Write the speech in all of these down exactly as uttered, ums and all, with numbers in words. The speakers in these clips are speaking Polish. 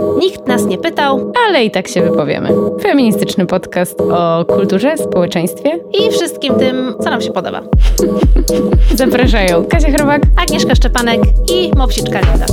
Nikt nas nie pytał, ale i tak się wypowiemy. Feministyczny podcast o kulturze, społeczeństwie i wszystkim tym, co nam się podoba. Zapraszają Kasia Chrobak, Agnieszka Szczepanek i Mopsiczka Linda.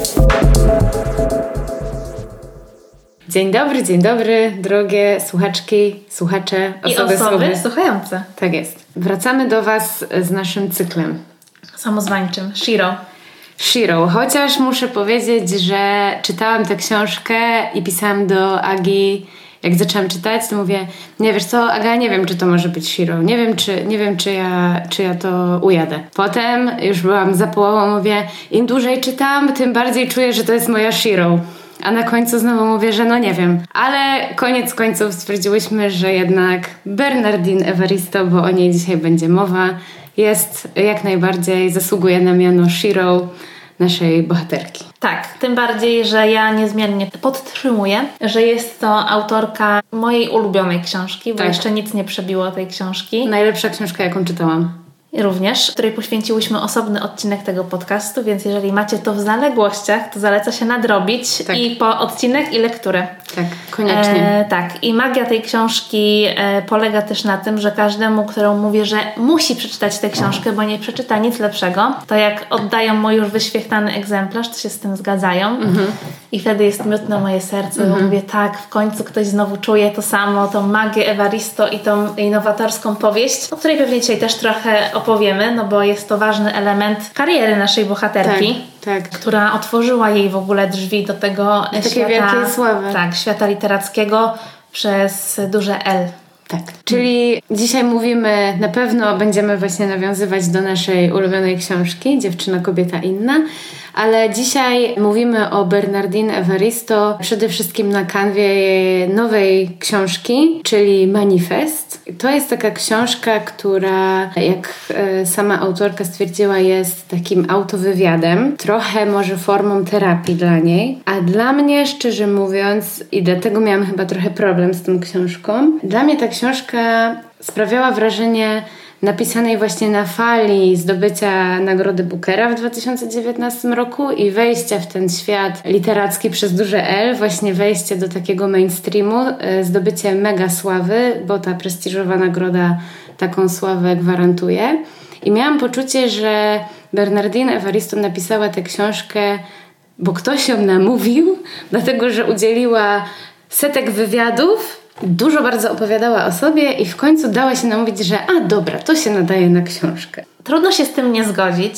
Dzień dobry, dzień dobry, drogie słuchaczki, słuchacze, osoby, I osoby słuchy. słuchające. Tak jest. Wracamy do Was z naszym cyklem samozwańczym, Shiro. Shiro, chociaż muszę powiedzieć, że czytałam tę książkę i pisałam do Agi, jak zaczęłam czytać, to mówię, nie wiesz co, Aga, nie wiem, czy to może być Shiro, nie wiem, czy, nie wiem, czy, ja, czy ja to ujadę. Potem już byłam za połową, mówię, im dłużej czytam, tym bardziej czuję, że to jest moja Shiro. A na końcu znowu mówię, że no nie wiem. Ale koniec końców stwierdziłyśmy, że jednak Bernardine Evaristo, bo o niej dzisiaj będzie mowa, jest jak najbardziej, zasługuje na miano Shiro naszej bohaterki. Tak, tym bardziej, że ja niezmiernie podtrzymuję, że jest to autorka mojej ulubionej książki, bo tak. Jeszcze nic nie przebiło tej książki. Najlepsza książka, jaką czytałam. Również, której poświęciłyśmy osobny odcinek tego podcastu, więc jeżeli macie to w zaległościach, to zaleca się nadrobić tak. I po odcinek i lekturę. Tak, koniecznie. E, tak, i magia tej książki e, polega też na tym, że każdemu, któremu mówię, że musi przeczytać tę książkę, bo nie przeczyta nic lepszego, to jak oddają mój już wyświechtany egzemplarz, to się z tym zgadzają. Mhm. I wtedy jest miód na moje serce, mhm. bo mówię, tak, w końcu ktoś znowu czuje to samo, tą magię Evaristo i tą innowatorską powieść, o której pewnie dzisiaj też trochę opowiemy, no bo jest to ważny element kariery naszej bohaterki, tak, tak. która otworzyła jej w ogóle drzwi do tego do świata, wielkiej sławy. Tak, świata literackiego przez duże L. Tak, czyli dzisiaj mówimy, na pewno będziemy właśnie nawiązywać do naszej ulubionej książki Dziewczyna, kobieta, inna, ale dzisiaj mówimy o Bernardine Evaristo przede wszystkim na kanwie jej nowej książki, czyli Manifest. To jest taka książka, która, jak sama autorka stwierdziła, jest takim autowywiadem, trochę może formą terapii dla niej, a dla mnie, szczerze mówiąc, i dlatego miałam chyba trochę problem z tą książką, dla mnie ta książka sprawiała wrażenie napisanej właśnie na fali zdobycia Nagrody Bookera w dwa tysiące dziewiętnastym roku i wejścia w ten świat literacki przez duże L, właśnie wejście do takiego mainstreamu, zdobycie mega sławy, bo ta prestiżowa nagroda taką sławę gwarantuje. I miałam poczucie, że Bernardine Evaristo napisała tę książkę, bo ktoś ją namówił, dlatego że udzieliła setek wywiadów, dużo bardzo opowiadała o sobie i w końcu dała się namówić, że a dobra, to się nadaje na książkę. Trudno się z tym nie zgodzić,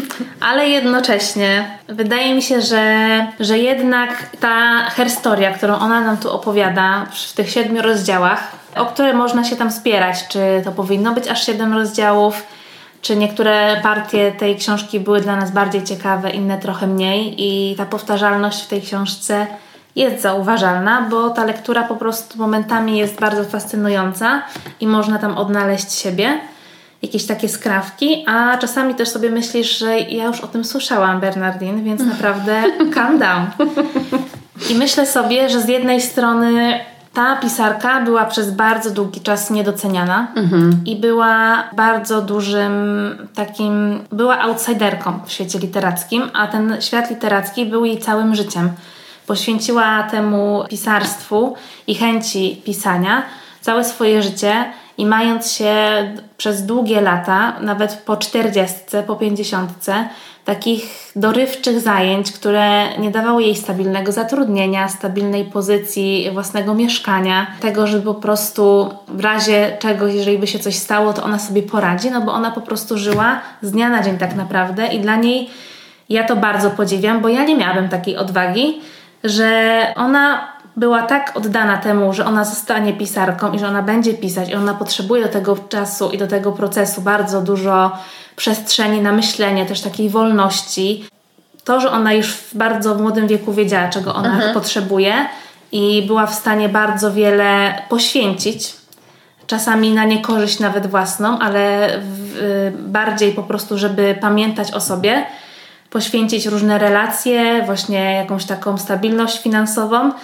ale jednocześnie wydaje mi się, że, że jednak ta herstoria, którą ona nam tu opowiada w tych siedmiu rozdziałach, o które można się tam spierać, czy to powinno być aż siedem rozdziałów, czy niektóre partie tej książki były dla nas bardziej ciekawe, inne trochę mniej i ta powtarzalność w tej książce jest zauważalna, bo ta lektura po prostu momentami jest bardzo fascynująca i można tam odnaleźć siebie, jakieś takie skrawki, a czasami też sobie myślisz, że ja już o tym słyszałam, Bernardine, więc naprawdę calm down. I myślę sobie, że z jednej strony ta pisarka była przez bardzo długi czas niedoceniana mhm. i była bardzo dużym takim, była outsiderką w świecie literackim, a ten świat literacki był jej całym życiem. Poświęciła temu pisarstwu i chęci pisania całe swoje życie i mając się przez długie lata, nawet po czterdziestce, po pięćdziesiątce, takich dorywczych zajęć, które nie dawały jej stabilnego zatrudnienia, stabilnej pozycji własnego mieszkania, tego, żeby po prostu w razie czegoś, jeżeli by się coś stało, to ona sobie poradzi, no bo ona po prostu żyła z dnia na dzień tak naprawdę i dla niej ja to bardzo podziwiam, bo ja nie miałabym takiej odwagi, że ona była tak oddana temu, że ona zostanie pisarką i że ona będzie pisać i ona potrzebuje do tego czasu i do tego procesu bardzo dużo przestrzeni na myślenie, też takiej wolności. To, że ona już w bardzo młodym wieku wiedziała, czego ona mhm. potrzebuje i była w stanie bardzo wiele poświęcić, czasami na niekorzyść nawet własną, ale w, bardziej po prostu, żeby pamiętać o sobie, poświęcić różne relacje, właśnie jakąś taką stabilność finansową,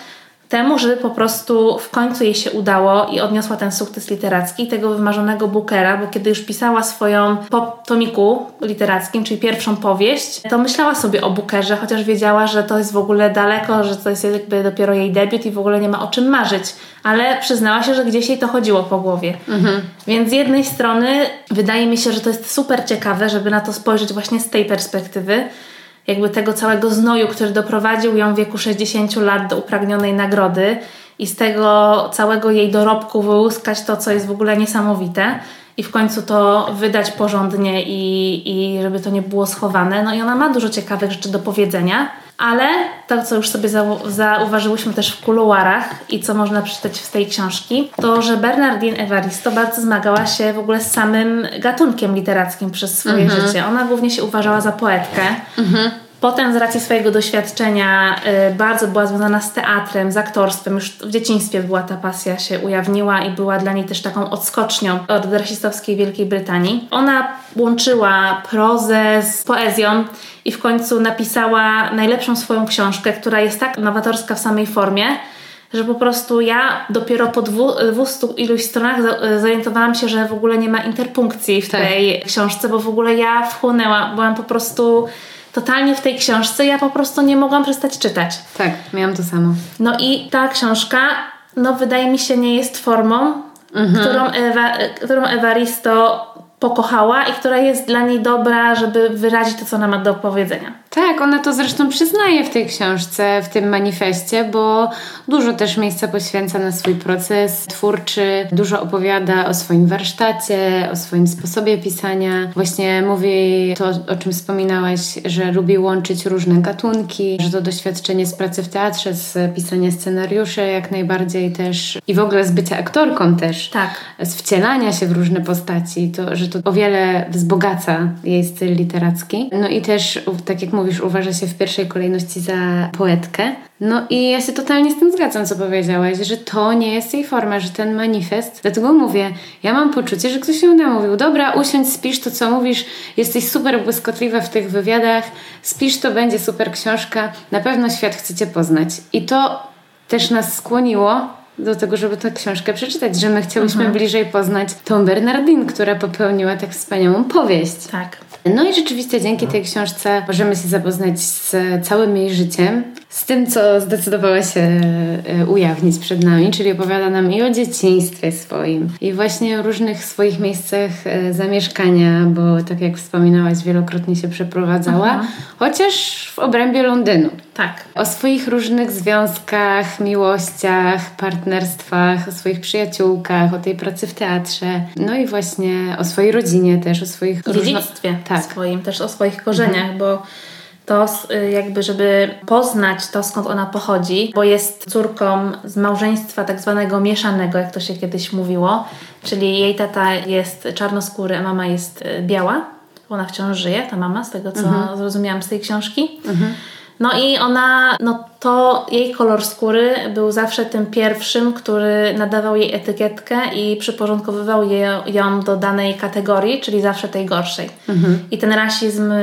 temu, żeby po prostu w końcu jej się udało i odniosła ten sukces literacki, tego wymarzonego Bookera, bo kiedy już pisała swoją po tomiku literackim, czyli pierwszą powieść, to myślała sobie o Bookerze, chociaż wiedziała, że to jest w ogóle daleko, że to jest jakby dopiero jej debiut i w ogóle nie ma o czym marzyć. Ale przyznała się, że gdzieś jej to chodziło po głowie. Mhm. Więc z jednej strony wydaje mi się, że to jest super ciekawe, żeby na to spojrzeć właśnie z tej perspektywy, jakby tego całego znoju, który doprowadził ją w wieku sześćdziesięciu lat do upragnionej nagrody i z tego całego jej dorobku wyłuskać to, co jest w ogóle niesamowite i w końcu to wydać porządnie i, i żeby to nie było schowane. No i ona ma dużo ciekawych rzeczy do powiedzenia, ale to, co już sobie zau- zauważyłyśmy też w kuluarach i co można przeczytać z tej książki, to, że Bernardine Evaristo bardzo zmagała się w ogóle z samym gatunkiem literackim przez swoje mhm. życie. Ona głównie się uważała za poetkę. Mhm. Potem z racji swojego doświadczenia y, bardzo była związana z teatrem, z aktorstwem. Już w dzieciństwie była ta pasja, się ujawniła i była dla niej też taką odskocznią od rasistowskiej Wielkiej Brytanii. Ona łączyła prozę z poezją i w końcu napisała najlepszą swoją książkę, która jest tak nowatorska w samej formie, że po prostu ja dopiero po dwu, dwustu iluś stronach zorientowałam się, że w ogóle nie ma interpunkcji w tak. tej książce, bo w ogóle ja wchłonęłam, byłam po prostu totalnie w tej książce, ja po prostu nie mogłam przestać czytać. Tak, miałam to samo. No i ta książka, no wydaje mi się, nie jest formą, mhm. którą, Ewa, którą Evaristo pokochała i która jest dla niej dobra, żeby wyrazić to, co ona ma do powiedzenia. Tak, ona to zresztą przyznaje w tej książce, w tym manifestie, bo dużo też miejsca poświęca na swój proces twórczy, dużo opowiada o swoim warsztacie, o swoim sposobie pisania. Właśnie mówi to, o czym wspominałaś, że lubi łączyć różne gatunki, że to doświadczenie z pracy w teatrze, z pisania scenariuszy jak najbardziej też i w ogóle z bycia aktorką też. Tak. Z wcielania się w różne postaci, to, że to o wiele wzbogaca jej styl literacki. No i też, tak jak mówisz, uważa się w pierwszej kolejności za poetkę. No i ja się totalnie z tym zgadzam, co powiedziałaś, że to nie jest jej forma, że ten manifest, dlatego mówię, ja mam poczucie, że ktoś ją namówił, dobra, usiądź, spisz to, co mówisz, jesteś super błyskotliwa w tych wywiadach, spisz, to będzie super książka, na pewno świat chcecie poznać. I to też nas skłoniło do tego, żeby tę książkę przeczytać, że my chciałyśmy mhm. bliżej poznać tą Bernardine, która popełniła tak wspaniałą powieść. Tak. No i rzeczywiście dzięki tej książce możemy się zapoznać z całym jej życiem, z tym, co zdecydowała się ujawnić przed nami, czyli opowiada nam i o dzieciństwie swoim, i właśnie o różnych swoich miejscach zamieszkania, bo tak jak wspominałaś, wielokrotnie się przeprowadzała, mhm. chociaż w obrębie Londynu. Tak. O swoich różnych związkach, miłościach, partnerstwach, o swoich przyjaciółkach, o tej pracy w teatrze, no i właśnie o swojej rodzinie też, o swoich dziedzictwie różno... tak. swoim, też o swoich korzeniach, mhm. bo to jakby, żeby poznać to, skąd ona pochodzi, bo jest córką z małżeństwa tak zwanego mieszanego, jak to się kiedyś mówiło, czyli jej tata jest czarnoskóry, a mama jest biała. Ona wciąż żyje, ta mama, z tego co mhm. zrozumiałam z tej książki. Mhm. No i ona, no to jej kolor skóry był zawsze tym pierwszym, który nadawał jej etykietkę i przyporządkowywał je, ją do danej kategorii, czyli zawsze tej gorszej. Mhm. I ten rasizm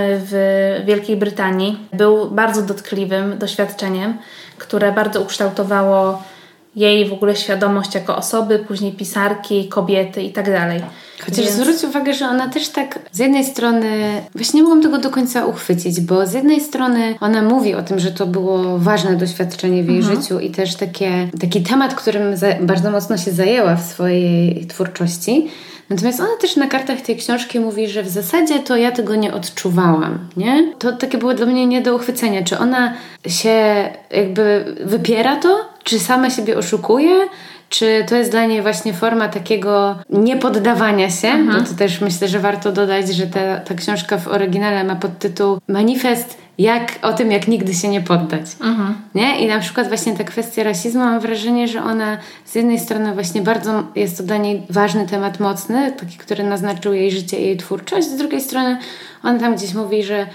w Wielkiej Brytanii był bardzo dotkliwym doświadczeniem, które bardzo ukształtowało jej w ogóle świadomość jako osoby, później pisarki, kobiety i tak dalej. Chociaż Więc... zwróć uwagę, że ona też tak z jednej strony, właśnie nie mogłam tego do końca uchwycić, bo z jednej strony ona mówi o tym, że to było ważne doświadczenie w jej mhm. życiu i też takie, taki temat, którym za, bardzo mocno się zajęła w swojej twórczości. Natomiast ona też na kartach tej książki mówi, że w zasadzie to ja tego nie odczuwałam, nie? To takie było dla mnie nie do uchwycenia. Czy ona się jakby wypiera to? Czy sama siebie oszukuje? Czy to jest dla niej właśnie forma takiego niepoddawania się? Mhm. Bo to też myślę, że warto dodać, że ta, ta książka w oryginale ma podtytuł Manifest jak, o tym, jak nigdy się nie poddać. Mhm. Nie? I na przykład właśnie ta kwestia rasizmu, mam wrażenie, że ona z jednej strony właśnie bardzo jest to dla niej ważny temat mocny, taki, który naznaczył jej życie i jej twórczość, z drugiej strony ona tam gdzieś mówi, że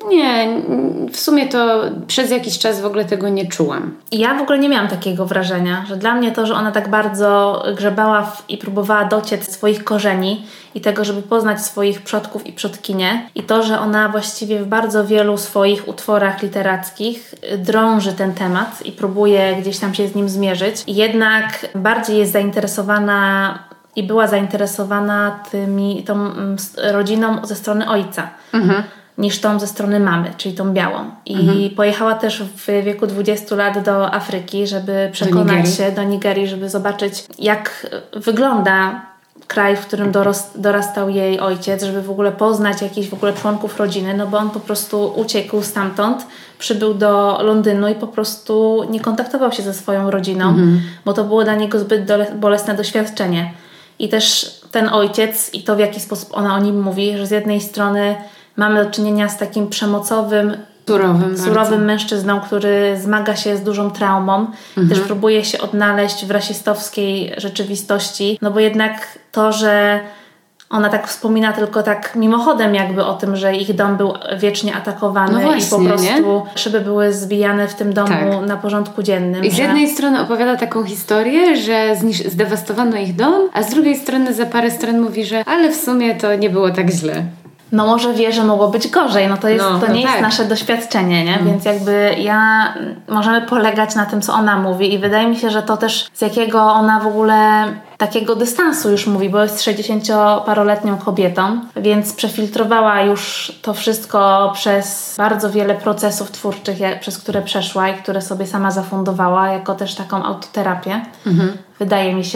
Nie, w sumie to przez jakiś czas w ogóle tego nie czułam. I ja w ogóle nie miałam takiego wrażenia, że dla mnie to, że ona tak bardzo grzebała w, i próbowała dociec swoich korzeni i tego, żeby poznać swoich przodków i przodkinie, i to, że ona właściwie w bardzo wielu swoich utworach literackich drąży ten temat i próbuje gdzieś tam się z nim zmierzyć, i jednak bardziej jest zainteresowana i była zainteresowana tymi, tą rodziną ze strony ojca. Mhm. niż tą ze strony mamy, czyli tą białą. I mhm. pojechała też w wieku dwudziestu lat do Afryki, żeby przekonać do się do Nigerii, żeby zobaczyć, jak wygląda kraj, w którym doros- dorastał jej ojciec, żeby w ogóle poznać jakichś w ogóle członków rodziny, no bo on po prostu uciekł stamtąd, przybył do Londynu i po prostu nie kontaktował się ze swoją rodziną, mhm. bo to było dla niego zbyt dole- bolesne doświadczenie. I też ten ojciec i to, w jaki sposób ona o nim mówi, że z jednej strony mamy do czynienia z takim przemocowym, surowym, surowym mężczyzną, który zmaga się z dużą traumą, mhm. też próbuje się odnaleźć w rasistowskiej rzeczywistości, no bo jednak to, że ona tak wspomina tylko tak mimochodem jakby o tym, że ich dom był wiecznie atakowany, no właśnie, i po prostu nie? szyby były zbijane w tym domu tak. na porządku dziennym. I z że... jednej strony opowiada taką historię, że znisz- zdewastowano ich dom, a z drugiej strony za parę stron mówi, że ale w sumie to nie było tak źle. No może wie, że mogło być gorzej, no to, jest, no, to nie no jest tak. nasze doświadczenie, nie? Mm. Więc jakby ja, możemy polegać na tym, co ona mówi, i wydaje mi się, że to też z jakiego ona w ogóle takiego dystansu już mówi, bo jest sześćdziesięcioparoletnią kobietą, więc przefiltrowała już to wszystko przez bardzo wiele procesów twórczych, przez które przeszła i które sobie sama zafundowała, jako też taką autoterapię, mm-hmm. wydaje mi się.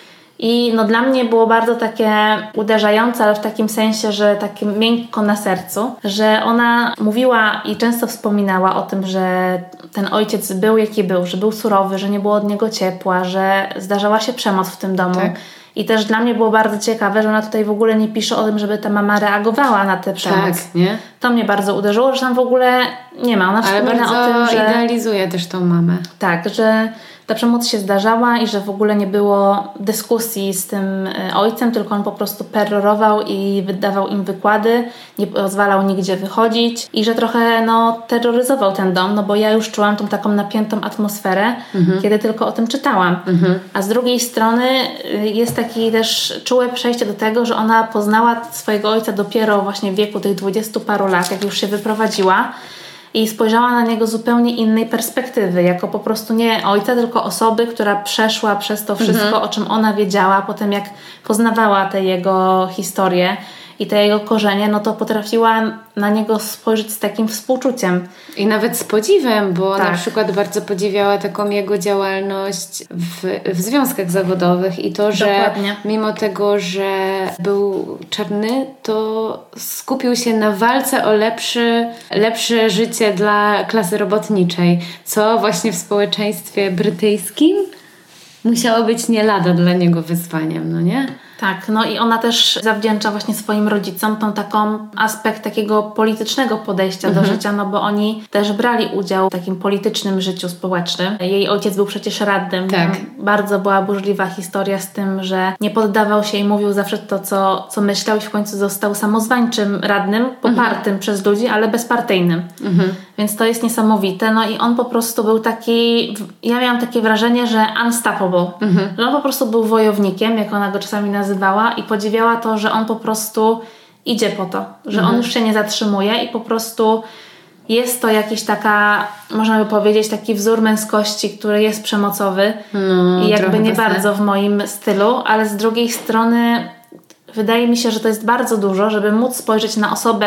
I no dla mnie było bardzo takie uderzające, ale w takim sensie, że takie miękko na sercu, że ona mówiła i często wspominała o tym, że ten ojciec był jaki był, że był surowy, że nie było od niego ciepła, że zdarzała się przemoc w tym domu. Tak. I też dla mnie było bardzo ciekawe, że ona tutaj w ogóle nie pisze o tym, żeby ta mama reagowała na tę przemoc. Tak, nie? To mnie bardzo uderzyło, że tam w ogóle nie ma. Ona ale wspomina bardzo o tym, że idealizuje też tą mamę. Tak, że ta przemoc się zdarzała i że w ogóle nie było dyskusji z tym ojcem, tylko on po prostu perorował i wydawał im wykłady, nie pozwalał nigdzie wychodzić i że trochę no, terroryzował ten dom, no bo ja już czułam tą taką napiętą atmosferę, mhm. kiedy tylko o tym czytałam. Mhm. A z drugiej strony jest takie też czułe przejście do tego, że ona poznała swojego ojca dopiero właśnie w wieku tych dwudziestu paru lat, jak już się wyprowadziła, i spojrzała na niego zupełnie innej perspektywy, jako po prostu nie ojca, tylko osoby, która przeszła przez to wszystko, mhm. o czym ona wiedziała. Potem jak poznawała tę jego historię i te jego korzenie, no to potrafiła na niego spojrzeć z takim współczuciem. I nawet z podziwem, bo tak. na przykład bardzo podziwiała taką jego działalność w, w związkach zawodowych i to, że Dokładnie. mimo tego, że był czarny, to skupił się na walce o lepszy, lepsze życie dla klasy robotniczej, co właśnie w społeczeństwie brytyjskim musiało być nie lada dla niego wyzwaniem, no nie? Tak, no i ona też zawdzięcza właśnie swoim rodzicom tą taką aspekt takiego politycznego podejścia mhm. do życia, no bo oni też brali udział w takim politycznym życiu społecznym. Jej ojciec był przecież radnym. Tak. Bardzo była burzliwa historia z tym, że nie poddawał się i mówił zawsze to, co, co myślał, i w końcu został samozwańczym radnym, popartym mhm. przez ludzi, ale bezpartyjnym. Mhm. Więc to jest niesamowite. No i on po prostu był taki, ja miałam takie wrażenie, że unstoppable. Mhm. Że on po prostu był wojownikiem, jak ona go czasami nazywała, i podziwiała to, że on po prostu idzie po to. Że mhm. on już się nie zatrzymuje i po prostu jest to jakiś taka, można by powiedzieć, taki wzór męskości, który jest przemocowy no, i jakby nie bardzo w moim stylu, ale z drugiej strony wydaje mi się, że to jest bardzo dużo, żeby móc spojrzeć na osobę,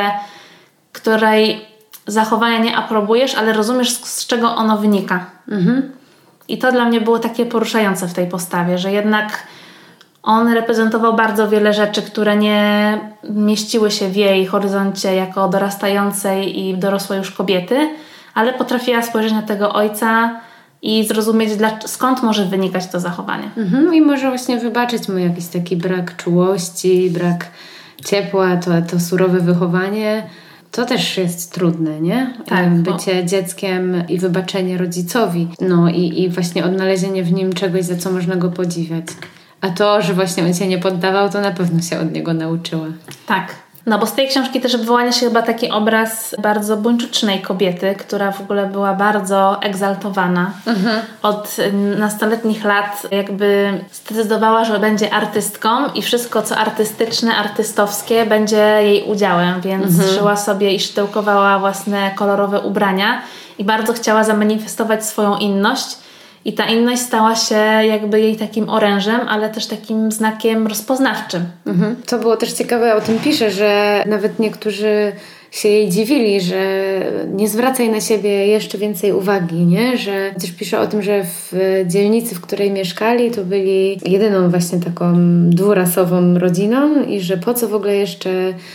której zachowania nie aprobujesz, ale rozumiesz, z, z czego ono wynika. Mhm. I to dla mnie było takie poruszające w tej postawie, że jednak on reprezentował bardzo wiele rzeczy, które nie mieściły się w jej horyzoncie jako dorastającej i dorosłej już kobiety, ale potrafiła spojrzeć na tego ojca i zrozumieć, dla, skąd może wynikać to zachowanie. Mhm. I może właśnie wybaczyć mu jakiś taki brak czułości, brak ciepła, to, to surowe wychowanie. To też jest trudne, nie? Tak, bycie bo... dzieckiem i wybaczenie rodzicowi. No i, i właśnie odnalezienie w nim czegoś, za co można go podziwiać. A to, że właśnie on się nie poddawał, to na pewno się od niego nauczyła. Tak. No bo z tej książki też wyłania się chyba taki obraz bardzo buńczucznej kobiety, która w ogóle była bardzo egzaltowana. Mhm. Od nastoletnich lat jakby zdecydowała, że będzie artystką i wszystko co artystyczne, artystowskie będzie jej udziałem, więc mhm. szyła sobie i szydełkowała własne kolorowe ubrania i bardzo chciała zamanifestować swoją inność. I ta inność stała się jakby jej takim orężem, ale też takim znakiem rozpoznawczym. Mhm. Co było też ciekawe, o tym pisze, że nawet niektórzy się jej dziwili, że nie zwracaj na siebie jeszcze więcej uwagi, nie? Że też pisze o tym, że w dzielnicy, w której mieszkali, to byli jedyną właśnie taką dwurasową rodziną i że po co w ogóle jeszcze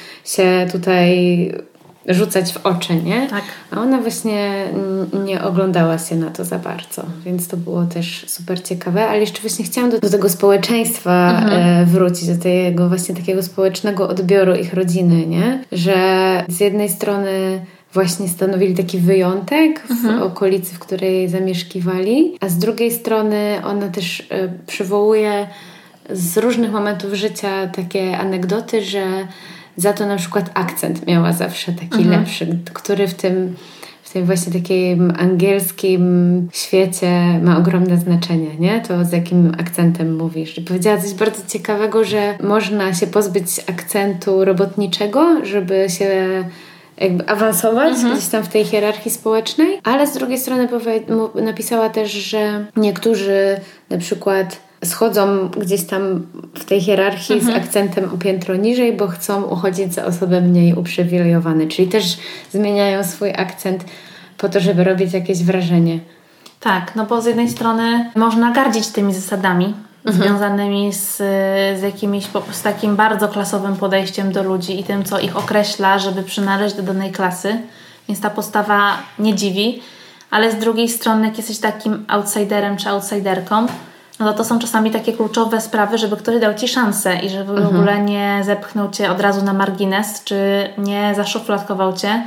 się tutaj rzucać w oczy, nie? Tak. A ona właśnie nie oglądała się na to za bardzo, więc to było też super ciekawe, ale jeszcze właśnie chciałam do, do tego społeczeństwa mhm. e, wrócić, do tego właśnie takiego społecznego odbioru ich rodziny, nie? Że z jednej strony właśnie stanowili taki wyjątek w mhm. okolicy, w której zamieszkiwali, a z drugiej strony ona też e, przywołuje z różnych momentów życia takie anegdoty, że za to na przykład akcent miała zawsze taki mhm. lepszy, który w tym, w tym właśnie takim angielskim świecie ma ogromne znaczenie, nie? To z jakim akcentem mówisz. I powiedziała coś bardzo ciekawego, że można się pozbyć akcentu robotniczego, żeby się jakby awansować mhm. gdzieś tam w tej hierarchii społecznej, ale z drugiej strony powie- napisała też, że niektórzy na przykład schodzą gdzieś tam w tej hierarchii mhm. z akcentem o piętro niżej, bo chcą uchodzić za osobę mniej uprzywilejowane. Czyli też zmieniają swój akcent po to, żeby robić jakieś wrażenie. Tak, no bo z jednej strony można gardzić tymi zasadami mhm. związanymi z, z jakimiś, z takim bardzo klasowym podejściem do ludzi i tym, co ich określa, żeby przynależeć do danej klasy. Więc ta postawa nie dziwi, ale z drugiej strony, jak jesteś takim outsiderem czy outsiderką, no to to są czasami takie kluczowe sprawy, żeby ktoś dał Ci szansę i żeby mhm. w ogóle nie zepchnął Cię od razu na margines, czy nie zaszufladkował Cię.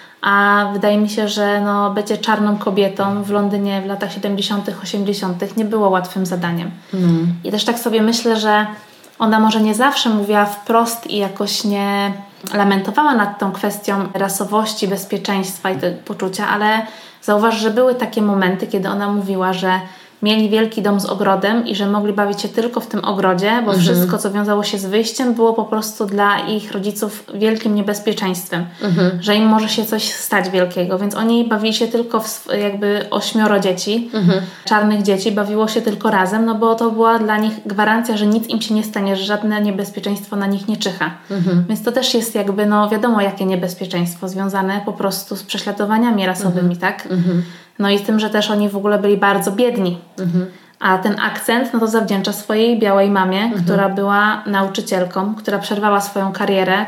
A wydaje mi się, że no, bycie czarną kobietą w Londynie w latach siedemdziesiątych, osiemdziesiątych nie było łatwym zadaniem. Mhm. I też tak sobie myślę, że ona może nie zawsze mówiła wprost i jakoś nie lamentowała nad tą kwestią rasowości, bezpieczeństwa i tego poczucia, ale zauważ, że były takie momenty, kiedy ona mówiła, że mieli wielki dom z ogrodem i że mogli bawić się tylko w tym ogrodzie, bo mhm. wszystko, co wiązało się z wyjściem, było po prostu dla ich rodziców wielkim niebezpieczeństwem. Mhm. Że im może się coś stać wielkiego. Więc oni bawili się tylko w jakby ośmioro dzieci, mhm. czarnych dzieci, bawiło się tylko razem, no bo to była dla nich gwarancja, że nic im się nie stanie, że żadne niebezpieczeństwo na nich nie czyha. Mhm. Więc to też jest jakby, no wiadomo jakie niebezpieczeństwo związane po prostu z prześladowaniami rasowymi, mhm. tak? Mhm. No i z tym, że też oni w ogóle byli bardzo biedni. Mhm. A ten akcent, no to zawdzięcza swojej białej mamie, mhm. która była nauczycielką, która przerwała swoją karierę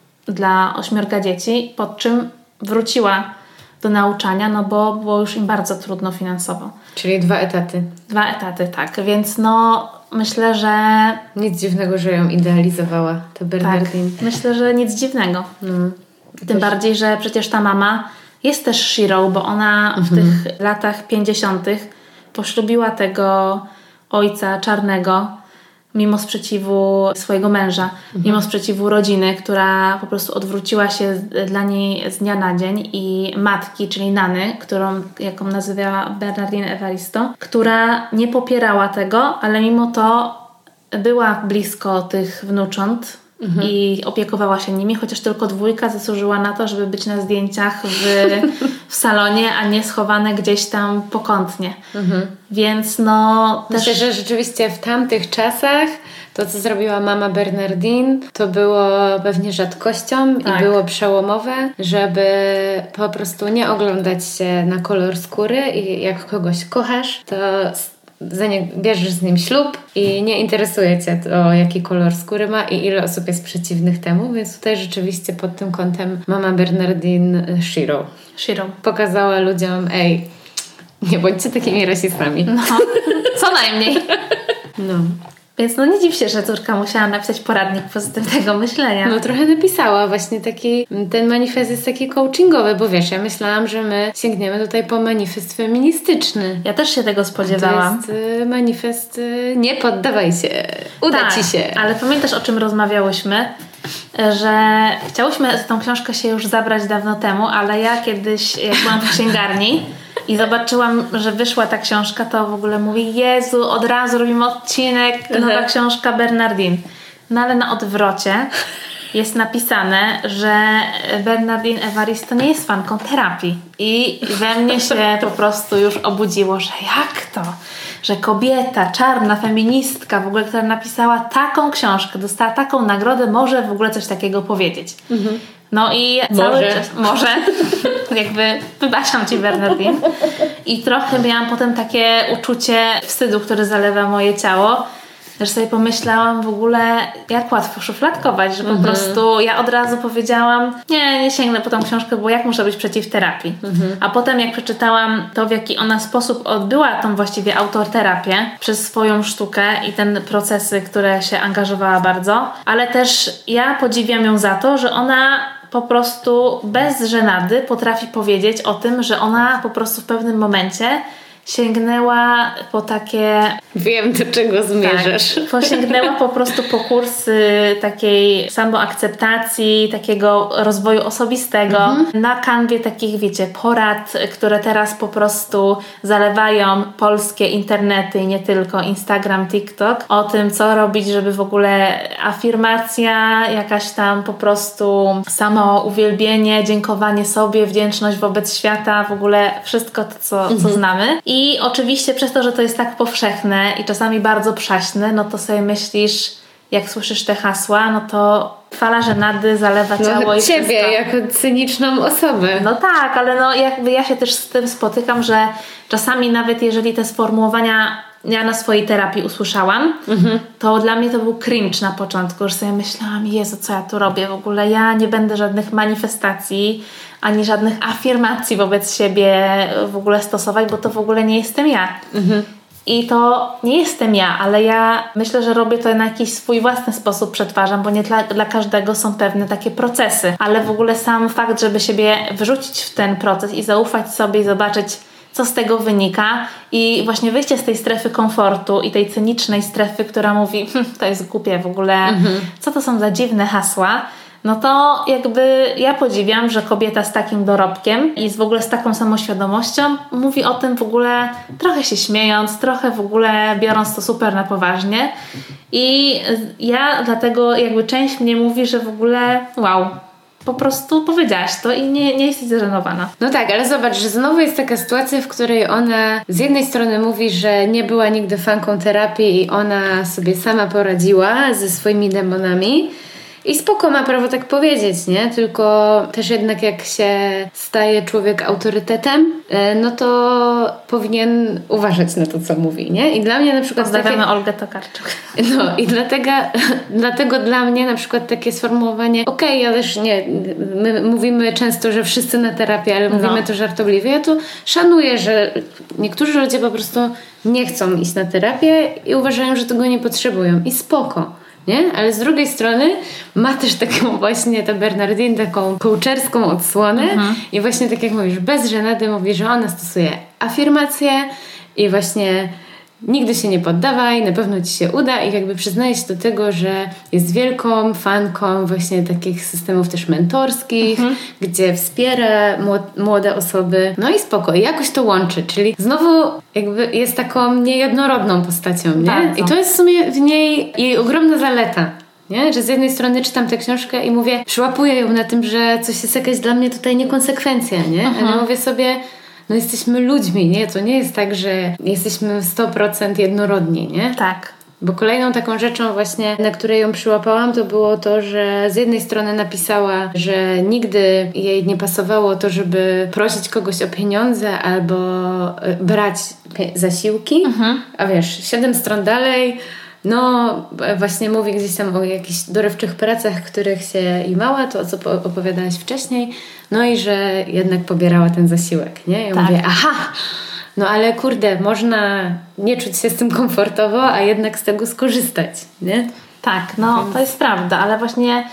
dla ośmiorga dzieci, po czym wróciła do nauczania, no bo było już im bardzo trudno finansowo. Czyli dwa etaty. Dwa etaty, tak. Więc no myślę, że... Nic dziwnego, że ją idealizowała ta Bernardine. Tak, myślę, że nic dziwnego. Mm. Tym Też... bardziej, że przecież ta mama jest też Shiro, bo ona w mhm. tych latach pięćdziesiątych poślubiła tego ojca czarnego mimo sprzeciwu swojego męża, mhm. mimo sprzeciwu rodziny, która po prostu odwróciła się dla niej z dnia na dzień i matki, czyli Nany, którą, jaką nazywała Bernardine Evaristo, która nie popierała tego, ale mimo to była blisko tych wnucząt, Mhm. i opiekowała się nimi, chociaż tylko dwójka zasłużyła na to, żeby być na zdjęciach w, w salonie, a nie schowane gdzieś tam pokątnie. Mhm. Więc no... Myślę, też... że rzeczywiście w tamtych czasach to, co zrobiła mama Bernardine, to było pewnie rzadkością tak. i było przełomowe, żeby po prostu nie oglądać się na kolor skóry i jak kogoś kochasz, to za nie bierzesz z nim ślub i nie interesuje Cię to, jaki kolor skóry ma i ile osób jest przeciwnych temu, więc tutaj rzeczywiście pod tym kątem mama Bernardine Shiro. Shiro. Pokazała ludziom, ej, nie bądźcie takimi rasistami. No, co najmniej. No. Więc no nie dziw się, że córka musiała napisać poradnik pozytywnego myślenia. No trochę napisała właśnie taki, ten manifest jest taki coachingowy, bo wiesz, ja myślałam, że my sięgniemy tutaj po manifest feministyczny. Ja też się tego spodziewałam. To jest y, manifest y, nie poddawaj się, uda tak, Ci się. Ale pamiętasz, o czym rozmawiałyśmy? że chciałyśmy za tą książkę się już zabrać dawno temu, ale ja kiedyś, jak byłam w księgarni i zobaczyłam, że wyszła ta książka, to w ogóle mówię, Jezu, od razu robimy odcinek, nowa książka Bernardine. No ale na odwrocie jest napisane, że Bernardine Evaristo nie jest fanką terapii. I we mnie się po prostu już obudziło, że jak to? Że kobieta, czarna feministka w ogóle, która napisała taką książkę, dostała taką nagrodę, może w ogóle coś takiego powiedzieć. Mhm. No i cały może. czas... Może. Jakby wybaczam Ci, Bernardine. I trochę miałam potem takie uczucie wstydu, które zalewa moje ciało, że sobie pomyślałam w ogóle, jak łatwo szufladkować, że po mhm. prostu ja od razu powiedziałam, nie, nie sięgnę po tą książkę, bo jak muszę być przeciw terapii. Mhm. A potem jak przeczytałam to, w jaki ona sposób odbyła tą właściwie autorterapię przez swoją sztukę i te procesy, które się angażowała bardzo, ale też ja podziwiam ją za to, że ona po prostu bez żenady potrafi powiedzieć o tym, że ona po prostu w pewnym momencie sięgnęła po takie... Wiem, do czego zmierzasz. Tak, sięgnęła po prostu po kursy takiej samoakceptacji, takiego rozwoju osobistego, mhm. na kanwie takich, wiecie, porad, które teraz po prostu zalewają polskie internety i nie tylko, Instagram, TikTok, o tym, co robić, żeby w ogóle afirmacja, jakaś tam po prostu samouwielbienie, dziękowanie sobie, wdzięczność wobec świata, w ogóle wszystko to, co, mhm. co znamy. I oczywiście przez to, że to jest tak powszechne i czasami bardzo przaśne, no to sobie myślisz, jak słyszysz te hasła, no to fala żenady zalewa ciało no, i ciebie wszystko. jako cyniczną osobę. No tak, ale no jakby ja się też z tym spotykam, że czasami nawet jeżeli te sformułowania ja na swojej terapii usłyszałam, mhm. to dla mnie to był cringe na początku, że sobie myślałam, Jezu, co ja tu robię w ogóle, ja nie będę żadnych manifestacji ani żadnych afirmacji wobec siebie w ogóle stosować, bo to w ogóle nie jestem ja. Mhm. I to nie jestem ja, ale ja myślę, że robię to na jakiś swój własny sposób, przetwarzam, bo nie dla, dla każdego są pewne takie procesy, ale w ogóle sam fakt, żeby siebie wyrzucić w ten proces i zaufać sobie i zobaczyć, co z tego wynika i właśnie wyjście z tej strefy komfortu i tej cynicznej strefy, która mówi, hm, to jest głupie w ogóle, mhm. co to są za dziwne hasła, no to jakby ja podziwiam, że kobieta z takim dorobkiem i z w ogóle z taką samoświadomością mówi o tym w ogóle trochę się śmiejąc, trochę w ogóle biorąc to super na poważnie i ja dlatego jakby część mnie mówi, że w ogóle wow, po prostu powiedziałaś to i nie, nie jesteś zażenowana. No tak, ale zobacz, że znowu jest taka sytuacja, w której ona z jednej strony mówi, że nie była nigdy fanką terapii i ona sobie sama poradziła ze swoimi demonami. I spoko, ma prawo tak powiedzieć, nie? Tylko też jednak jak się staje człowiek autorytetem, no to powinien uważać na to, co mówi, nie? I dla mnie na przykład... Pozdrawiamy takie... Olgę Tokarczuk. No i dlatego, dlatego dla mnie na przykład takie sformułowanie okej, okay, ja też nie... My mówimy często, że wszyscy na terapię, ale mówimy no. to żartobliwie. Ja to szanuję, że niektórzy ludzie po prostu nie chcą iść na terapię i uważają, że tego nie potrzebują. I spoko. Nie? Ale z drugiej strony ma też taką właśnie ta Bernardine taką coacherską odsłonę mhm. i właśnie tak jak mówisz, bez żenady mówi, że ona stosuje afirmacje i właśnie nigdy się nie poddawaj, na pewno ci się uda i jakby przyznaje się do tego, że jest wielką fanką właśnie takich systemów też mentorskich, mhm. gdzie wspiera młode osoby. No i spoko, i jakoś to łączy, czyli znowu jakby jest taką niejednorodną postacią, nie? Bardzo. I to jest w sumie w niej jej ogromna zaleta. Nie? Że z jednej strony czytam tę książkę i mówię, przyłapuję ją na tym, że coś jest jakaś dla mnie tutaj niekonsekwencja, nie? Mhm. Ale mówię sobie, no jesteśmy ludźmi, nie? To nie jest tak, że jesteśmy sto procent jednorodni, nie? Tak. Bo kolejną taką rzeczą właśnie, na której ją przyłapałam, to było to, że z jednej strony napisała, że nigdy jej nie pasowało to, żeby prosić kogoś o pieniądze albo brać zasiłki, mhm. a wiesz, siedem stron dalej, no właśnie mówi gdzieś tam o jakichś dorywczych pracach, których się imała, to o co opowiadałaś wcześniej, no i że jednak pobierała ten zasiłek, nie? Ja tak. mówię, aha, no ale kurde, można nie czuć się z tym komfortowo, a jednak z tego skorzystać, nie? Tak, no to jest prawda, ale właśnie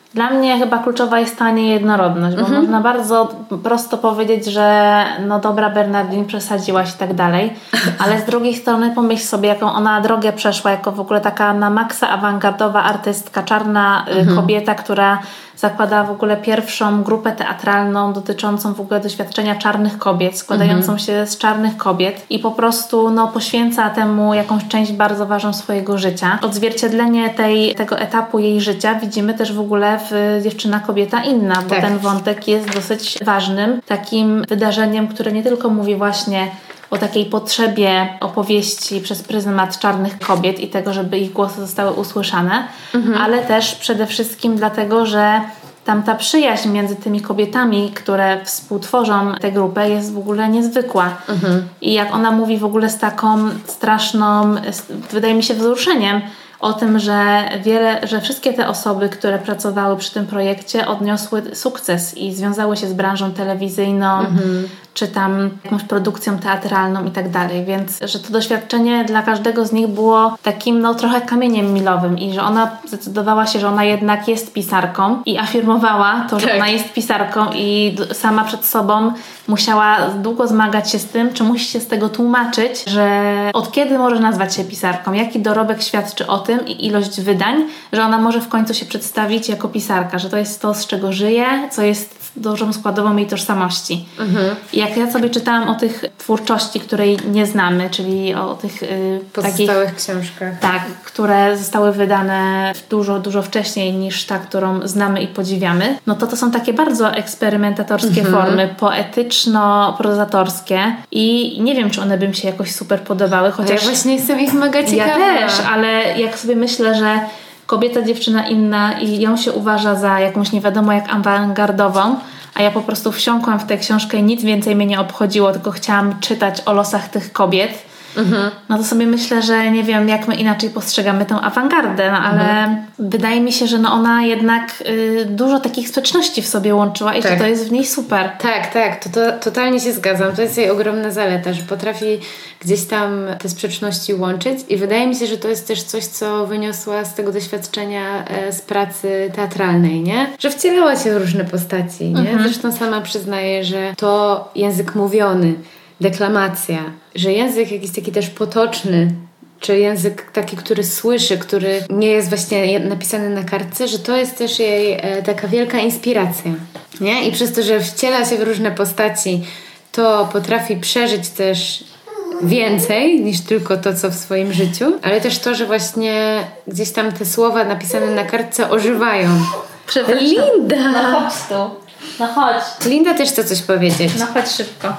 Dla mnie chyba kluczowa jest ta niejednorodność, bo mhm. można bardzo prosto powiedzieć, że no dobra, Bernardine przesadziłaś i tak dalej, ale z drugiej strony pomyśl sobie, jaką ona drogę przeszła, jako w ogóle taka na maksa awangardowa artystka, czarna mhm. kobieta, która zakłada w ogóle pierwszą grupę teatralną dotyczącą w ogóle doświadczenia czarnych kobiet, składającą mhm. się z czarnych kobiet i po prostu no, poświęca temu jakąś część bardzo ważną swojego życia. Odzwierciedlenie tej, tego etapu jej życia widzimy też w ogóle w Dziewczyna, kobieta inna, bo tak. ten wątek jest dosyć ważnym takim wydarzeniem, które nie tylko mówi właśnie o takiej potrzebie opowieści przez pryzmat czarnych kobiet i tego, żeby ich głosy zostały usłyszane, mhm. ale też przede wszystkim dlatego, że tam ta przyjaźń między tymi kobietami, które współtworzą tę grupę, jest w ogóle niezwykła. Mhm. I jak ona mówi w ogóle z taką straszną, wydaje mi się, wzruszeniem o tym, że wiele, że wszystkie te osoby, które pracowały przy tym projekcie, odniosły sukces i związały się z branżą telewizyjną, mhm. czy tam jakąś produkcją teatralną i tak dalej. Więc, że to doświadczenie dla każdego z nich było takim, no, trochę kamieniem milowym i że ona zdecydowała się, że ona jednak jest pisarką i afirmowała to, że tak. ona jest pisarką i sama przed sobą musiała długo zmagać się z tym, czy musi się z tego tłumaczyć, że od kiedy może nazwać się pisarką, jaki dorobek świadczy o tym i ilość wydań, że ona może w końcu się przedstawić jako pisarka, że to jest to, z czego żyje, co jest dużą składową jej tożsamości. Mhm. I jak ja sobie czytałam o tych twórczości, której nie znamy, czyli o tych yy, pozostałych takich, książkach. Tak, które zostały wydane dużo, dużo wcześniej niż ta, którą znamy i podziwiamy, no to to są takie bardzo eksperymentatorskie mhm. formy, poetyczno-prozatorskie i nie wiem, czy one by mi się jakoś super podobały, chociaż... Ja właśnie jestem ich mega ciekawa. Ja też, ale jak sobie myślę, że kobieta, dziewczyna inna i ją się uważa za jakąś nie wiadomo jak awangardową, a ja po prostu wsiąkłam w tę książkę i nic więcej mnie nie obchodziło, tylko chciałam czytać o losach tych kobiet, mhm. no to sobie myślę, że nie wiem, jak my inaczej postrzegamy tę awangardę, no ale mhm. wydaje mi się, że no ona jednak y, dużo takich sprzeczności w sobie łączyła i tak. że to jest w niej super. Tak, tak, to, to totalnie się zgadzam. To jest jej ogromna zaleta, że potrafi gdzieś tam te sprzeczności łączyć i wydaje mi się, że to jest też coś, co wyniosła z tego doświadczenia e, z pracy teatralnej, nie? Że wcielała się w różne postaci, nie? Mhm. Zresztą sama przyznaje, że to język mówiony, deklamacja, że język jakiś taki też potoczny, czy język taki, który słyszy, który nie jest właśnie napisany na kartce, że to jest też jej e, taka wielka inspiracja, nie? I przez to, że wciela się w różne postaci, to potrafi przeżyć też więcej niż tylko to, co w swoim życiu, ale też to, że właśnie gdzieś tam te słowa napisane na kartce ożywają. Linda! No chodź tu. No chodź. Linda też chce coś powiedzieć. No chodź szybko.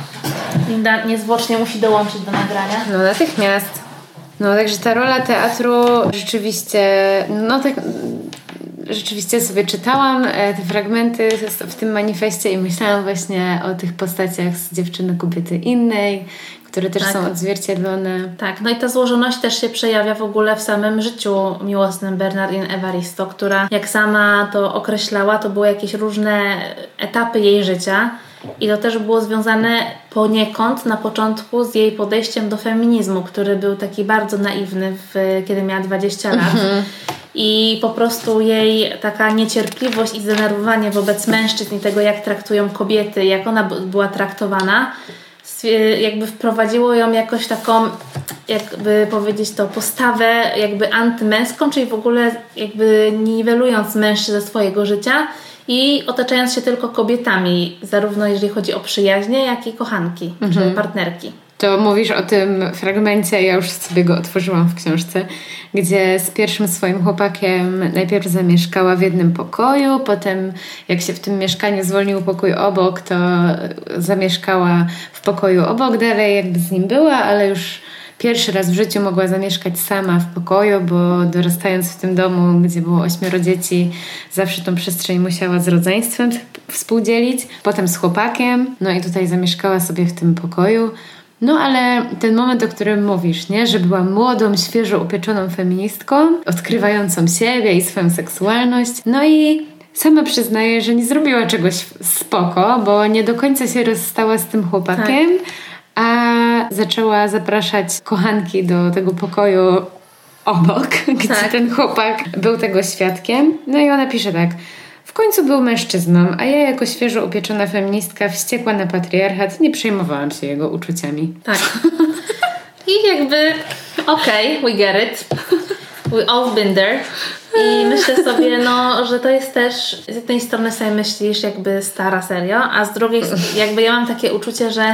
Linda niezwłocznie musi dołączyć do nagrania. No natychmiast. No także ta rola teatru rzeczywiście, no tak, rzeczywiście sobie czytałam te fragmenty w tym manifestie i myślałam właśnie o tych postaciach z Dziewczyny, kobiety innej, które też tak. są odzwierciedlone. Tak, no i ta złożoność też się przejawia w ogóle w samym życiu miłosnym Bernardine Evaristo, która jak sama to określała, to były jakieś różne etapy jej życia i to też było związane poniekąd na początku z jej podejściem do feminizmu, który był taki bardzo naiwny, w, kiedy miała dwadzieścia lat. Mhm. I po prostu jej taka niecierpliwość i zdenerwowanie wobec mężczyzn i tego, jak traktują kobiety, jak ona była traktowana, jakby wprowadziło ją jakoś taką, jakby powiedzieć to, postawę jakby antymęską, czyli w ogóle jakby niwelując mężczyzn ze swojego życia i otaczając się tylko kobietami, zarówno jeżeli chodzi o przyjaźnie, jak i kochanki, mhm. czy partnerki. To mówisz o tym fragmencie, ja już sobie go otworzyłam w książce, gdzie z pierwszym swoim chłopakiem najpierw zamieszkała w jednym pokoju, potem jak się w tym mieszkaniu zwolnił pokój obok, to zamieszkała w pokoju obok, dalej jakby z nim była, ale już pierwszy raz w życiu mogła zamieszkać sama w pokoju, bo dorastając w tym domu, gdzie było ośmioro dzieci, zawsze tą przestrzeń musiała z rodzeństwem współdzielić, potem z chłopakiem, no i tutaj zamieszkała sobie w tym pokoju. No ale ten moment, o którym mówisz, nie? Że była młodą, świeżo upieczoną feministką, odkrywającą siebie i swoją seksualność. No i sama przyznaje, że nie zrobiła czegoś spoko, bo nie do końca się rozstała z tym chłopakiem, tak. a zaczęła zapraszać kochanki do tego pokoju obok, gdzie tak. ten chłopak był tego świadkiem. No i ona pisze tak. W końcu był mężczyzną, a ja jako świeżo upieczona feministka wściekła na patriarchat nie przejmowałam się jego uczuciami. Tak. I jakby okej, okay, we get it. We all been there. I myślę sobie, no, że to jest też z jednej strony sobie myślisz jakby stara seria, a z drugiej jakby ja mam takie uczucie, że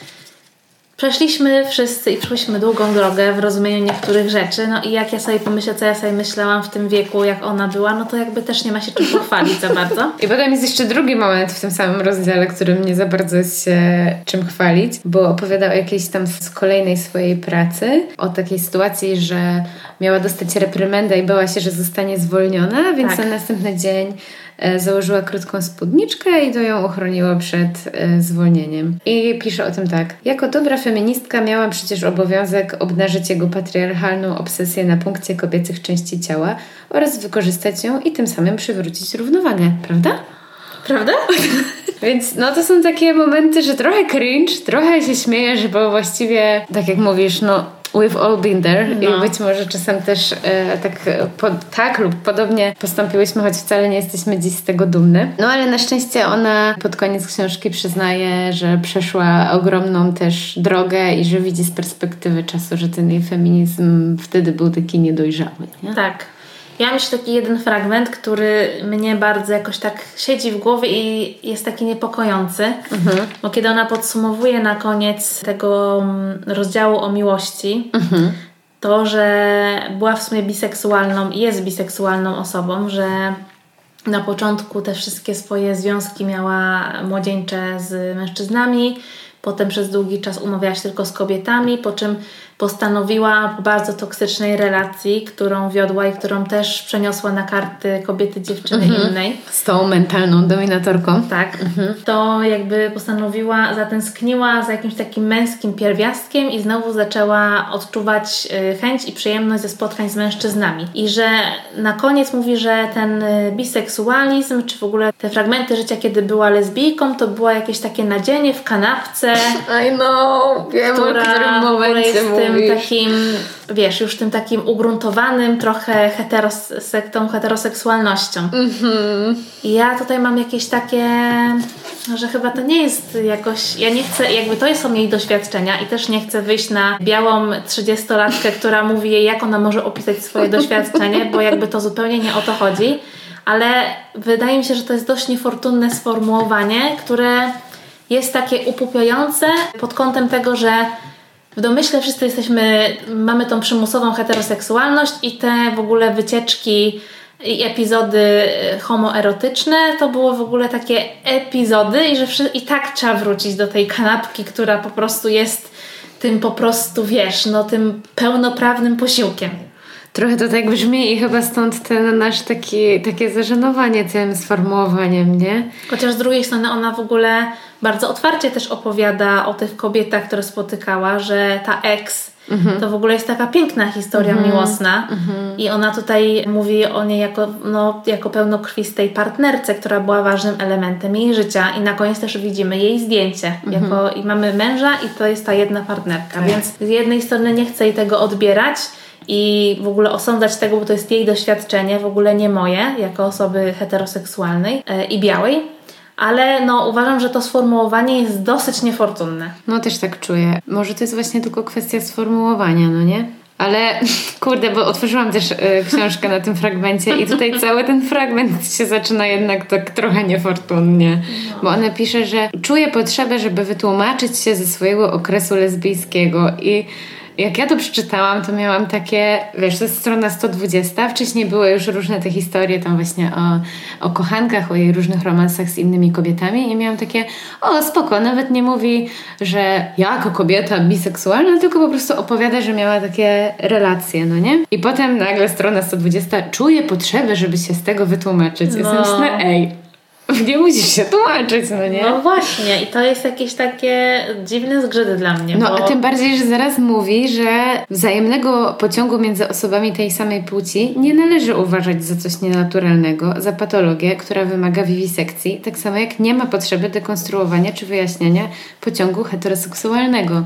przeszliśmy wszyscy i przeszliśmy długą drogę w rozumieniu niektórych rzeczy, no i jak ja sobie pomyślę, co ja sobie myślałam w tym wieku, jak ona była, no to jakby też nie ma się czym pochwalić za bardzo. I potem jest jeszcze drugi moment w tym samym rozdziale, którym nie za bardzo jest się czym chwalić, bo opowiada o jakiejś tam z kolejnej swojej pracy, o takiej sytuacji, że miała dostać reprymendę i bała się, że zostanie zwolniona, więc tak. na następny dzień założyła krótką spódniczkę i to ją ochroniło przed e, zwolnieniem. I pisze o tym tak. Jako dobra feministka miałam przecież obowiązek obnażyć jego patriarchalną obsesję na punkcie kobiecych części ciała oraz wykorzystać ją i tym samym przywrócić równowagę. Prawda? Prawda? Więc no to są takie momenty, że trochę cringe, trochę się śmiejesz, bo właściwie, tak jak mówisz, no we've all been there no. i być może czasem też e, tak, po, tak lub podobnie postąpiłyśmy, choć wcale nie jesteśmy dziś z tego dumne. No ale na szczęście ona pod koniec książki przyznaje, że przeszła ogromną też drogę i że widzi z perspektywy czasu, że ten jej feminizm wtedy był taki niedojrzały. Nie? Tak. Ja mam jeszcze taki jeden fragment, który mnie bardzo jakoś tak siedzi w głowie i jest taki niepokojący, mhm. bo kiedy ona podsumowuje na koniec tego rozdziału o miłości, mhm. to, że była w sumie biseksualną i jest biseksualną osobą, że na początku te wszystkie swoje związki miała młodzieńcze z mężczyznami, potem przez długi czas umawiała się tylko z kobietami, po czym postanowiła po bardzo toksycznej relacji, którą wiodła i którą też przeniosła na karty kobiety, dziewczyny mhm. innej. Z tą mentalną dominatorką. Tak. Mhm. To jakby postanowiła, zatęskniła za jakimś takim męskim pierwiastkiem i znowu zaczęła odczuwać chęć i przyjemność ze spotkań z mężczyznami. I że na koniec mówi, że ten biseksualizm, czy w ogóle te fragmenty życia, kiedy była lesbijką, to było jakieś takie nadzienie w kanapce. I know, wiem, która o którym momencie tym takim, wiesz, już tym takim ugruntowanym trochę heterose- tą heteroseksualnością. Mm-hmm. I ja tutaj mam jakieś takie, że chyba to nie jest jakoś, ja nie chcę, jakby to są jej doświadczenia i też nie chcę wyjść na białą trzydziestolatkę, która mówi jej, jak ona może opisać swoje doświadczenie, bo jakby to zupełnie nie o to chodzi, ale wydaje mi się, że to jest dość niefortunne sformułowanie, które jest takie upupiające pod kątem tego, że w domyśle wszyscy jesteśmy, mamy tą przymusową heteroseksualność i te w ogóle wycieczki i epizody homoerotyczne to były w ogóle takie epizody i że wszy- i tak trzeba wrócić do tej kanapki, która po prostu jest tym po prostu, wiesz, no tym pełnoprawnym posiłkiem. Trochę to tak brzmi i chyba stąd ten nasz taki, takie zażenowanie tym sformułowaniem, nie? Chociaż z drugiej strony ona w ogóle bardzo otwarcie też opowiada o tych kobietach, które spotykała, że ta ex mhm. to w ogóle jest taka piękna historia mhm. miłosna mhm. i ona tutaj mówi o niej jako, no, jako pełnokrwistej partnerce, która była ważnym elementem jej życia i na koniec też widzimy jej zdjęcie mhm. jako, i mamy męża i to jest ta jedna partnerka, tak. Więc z jednej strony nie chcę jej tego odbierać i w ogóle osądzać tego, bo to jest jej doświadczenie, w ogóle nie moje, jako osoby heteroseksualnej e, i białej, ale no uważam, że to sformułowanie jest dosyć niefortunne. No też tak czuję. Może to jest właśnie tylko kwestia sformułowania, no nie? Ale kurde, bo otworzyłam też y, książkę na tym fragmencie i tutaj cały ten fragment się zaczyna jednak tak trochę niefortunnie. No. Bo ona pisze, że czuje potrzebę, żeby wytłumaczyć się ze swojego okresu lesbijskiego i jak ja to przeczytałam, to miałam takie, wiesz, to jest strona sto dwadzieścia, wcześniej były już różne te historie tam właśnie o, o kochankach, o jej różnych romansach z innymi kobietami i miałam takie, o spoko, nawet nie mówi, że jako kobieta biseksualna, tylko po prostu opowiada, że miała takie relacje, no nie? I potem nagle strona sto dwadzieścia czuje potrzebę, żeby się z tego wytłumaczyć. No. Ja sobie myślę, ej, nie musisz się tłumaczyć, no nie? No właśnie i to jest jakieś takie dziwne zgrzyty dla mnie. No bo... a tym bardziej, że zaraz mówi, że wzajemnego pociągu między osobami tej samej płci nie należy uważać za coś nienaturalnego, za patologię, która wymaga wiwisekcji, tak samo jak nie ma potrzeby dekonstruowania czy wyjaśniania pociągu heteroseksualnego.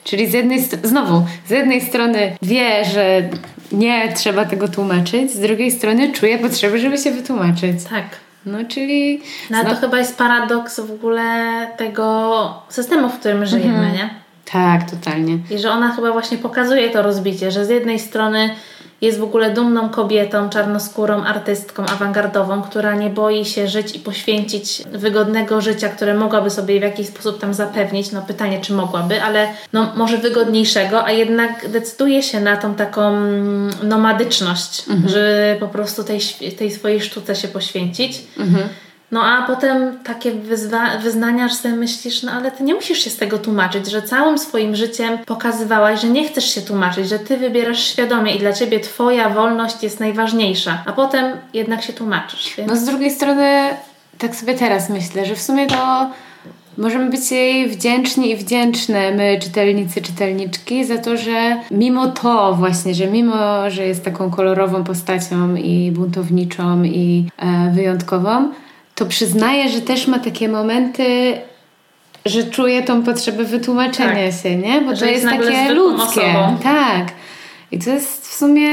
Czyli z jednej st- znowu, z jednej strony wie, że nie trzeba tego tłumaczyć, z drugiej strony czuje potrzebę, żeby się wytłumaczyć. Tak. No, czyli... No ale to chyba jest paradoks w ogóle tego systemu, w którym żyjemy, mhm. nie? Tak, totalnie. I że ona chyba właśnie pokazuje to rozbicie, że z jednej strony jest w ogóle dumną kobietą, czarnoskórą artystką, awangardową, która nie boi się żyć i poświęcić wygodnego życia, które mogłaby sobie w jakiś sposób tam zapewnić. No pytanie, czy mogłaby, ale no może wygodniejszego, a jednak decyduje się na tą taką nomadyczność, mhm. żeby po prostu tej, tej swojej sztuce się poświęcić. Mhm. No a potem takie wyzwa- wyznania, że sobie myślisz, no ale ty nie musisz się z tego tłumaczyć, że całym swoim życiem pokazywałaś, że nie chcesz się tłumaczyć, że ty wybierasz świadomie i dla ciebie twoja wolność jest najważniejsza, a potem jednak się tłumaczysz. Więc... No z drugiej strony tak sobie teraz myślę, że w sumie to możemy być jej wdzięczni i wdzięczne, my czytelnicy, czytelniczki, za to, że mimo to właśnie, że mimo, że jest taką kolorową postacią i buntowniczą i e, wyjątkową, to przyznaję, że też ma takie momenty, że czuje tą potrzebę wytłumaczenia tak. się, nie? Bo że to jest, jest takie ludzkie. Osobą. Tak. I to jest w sumie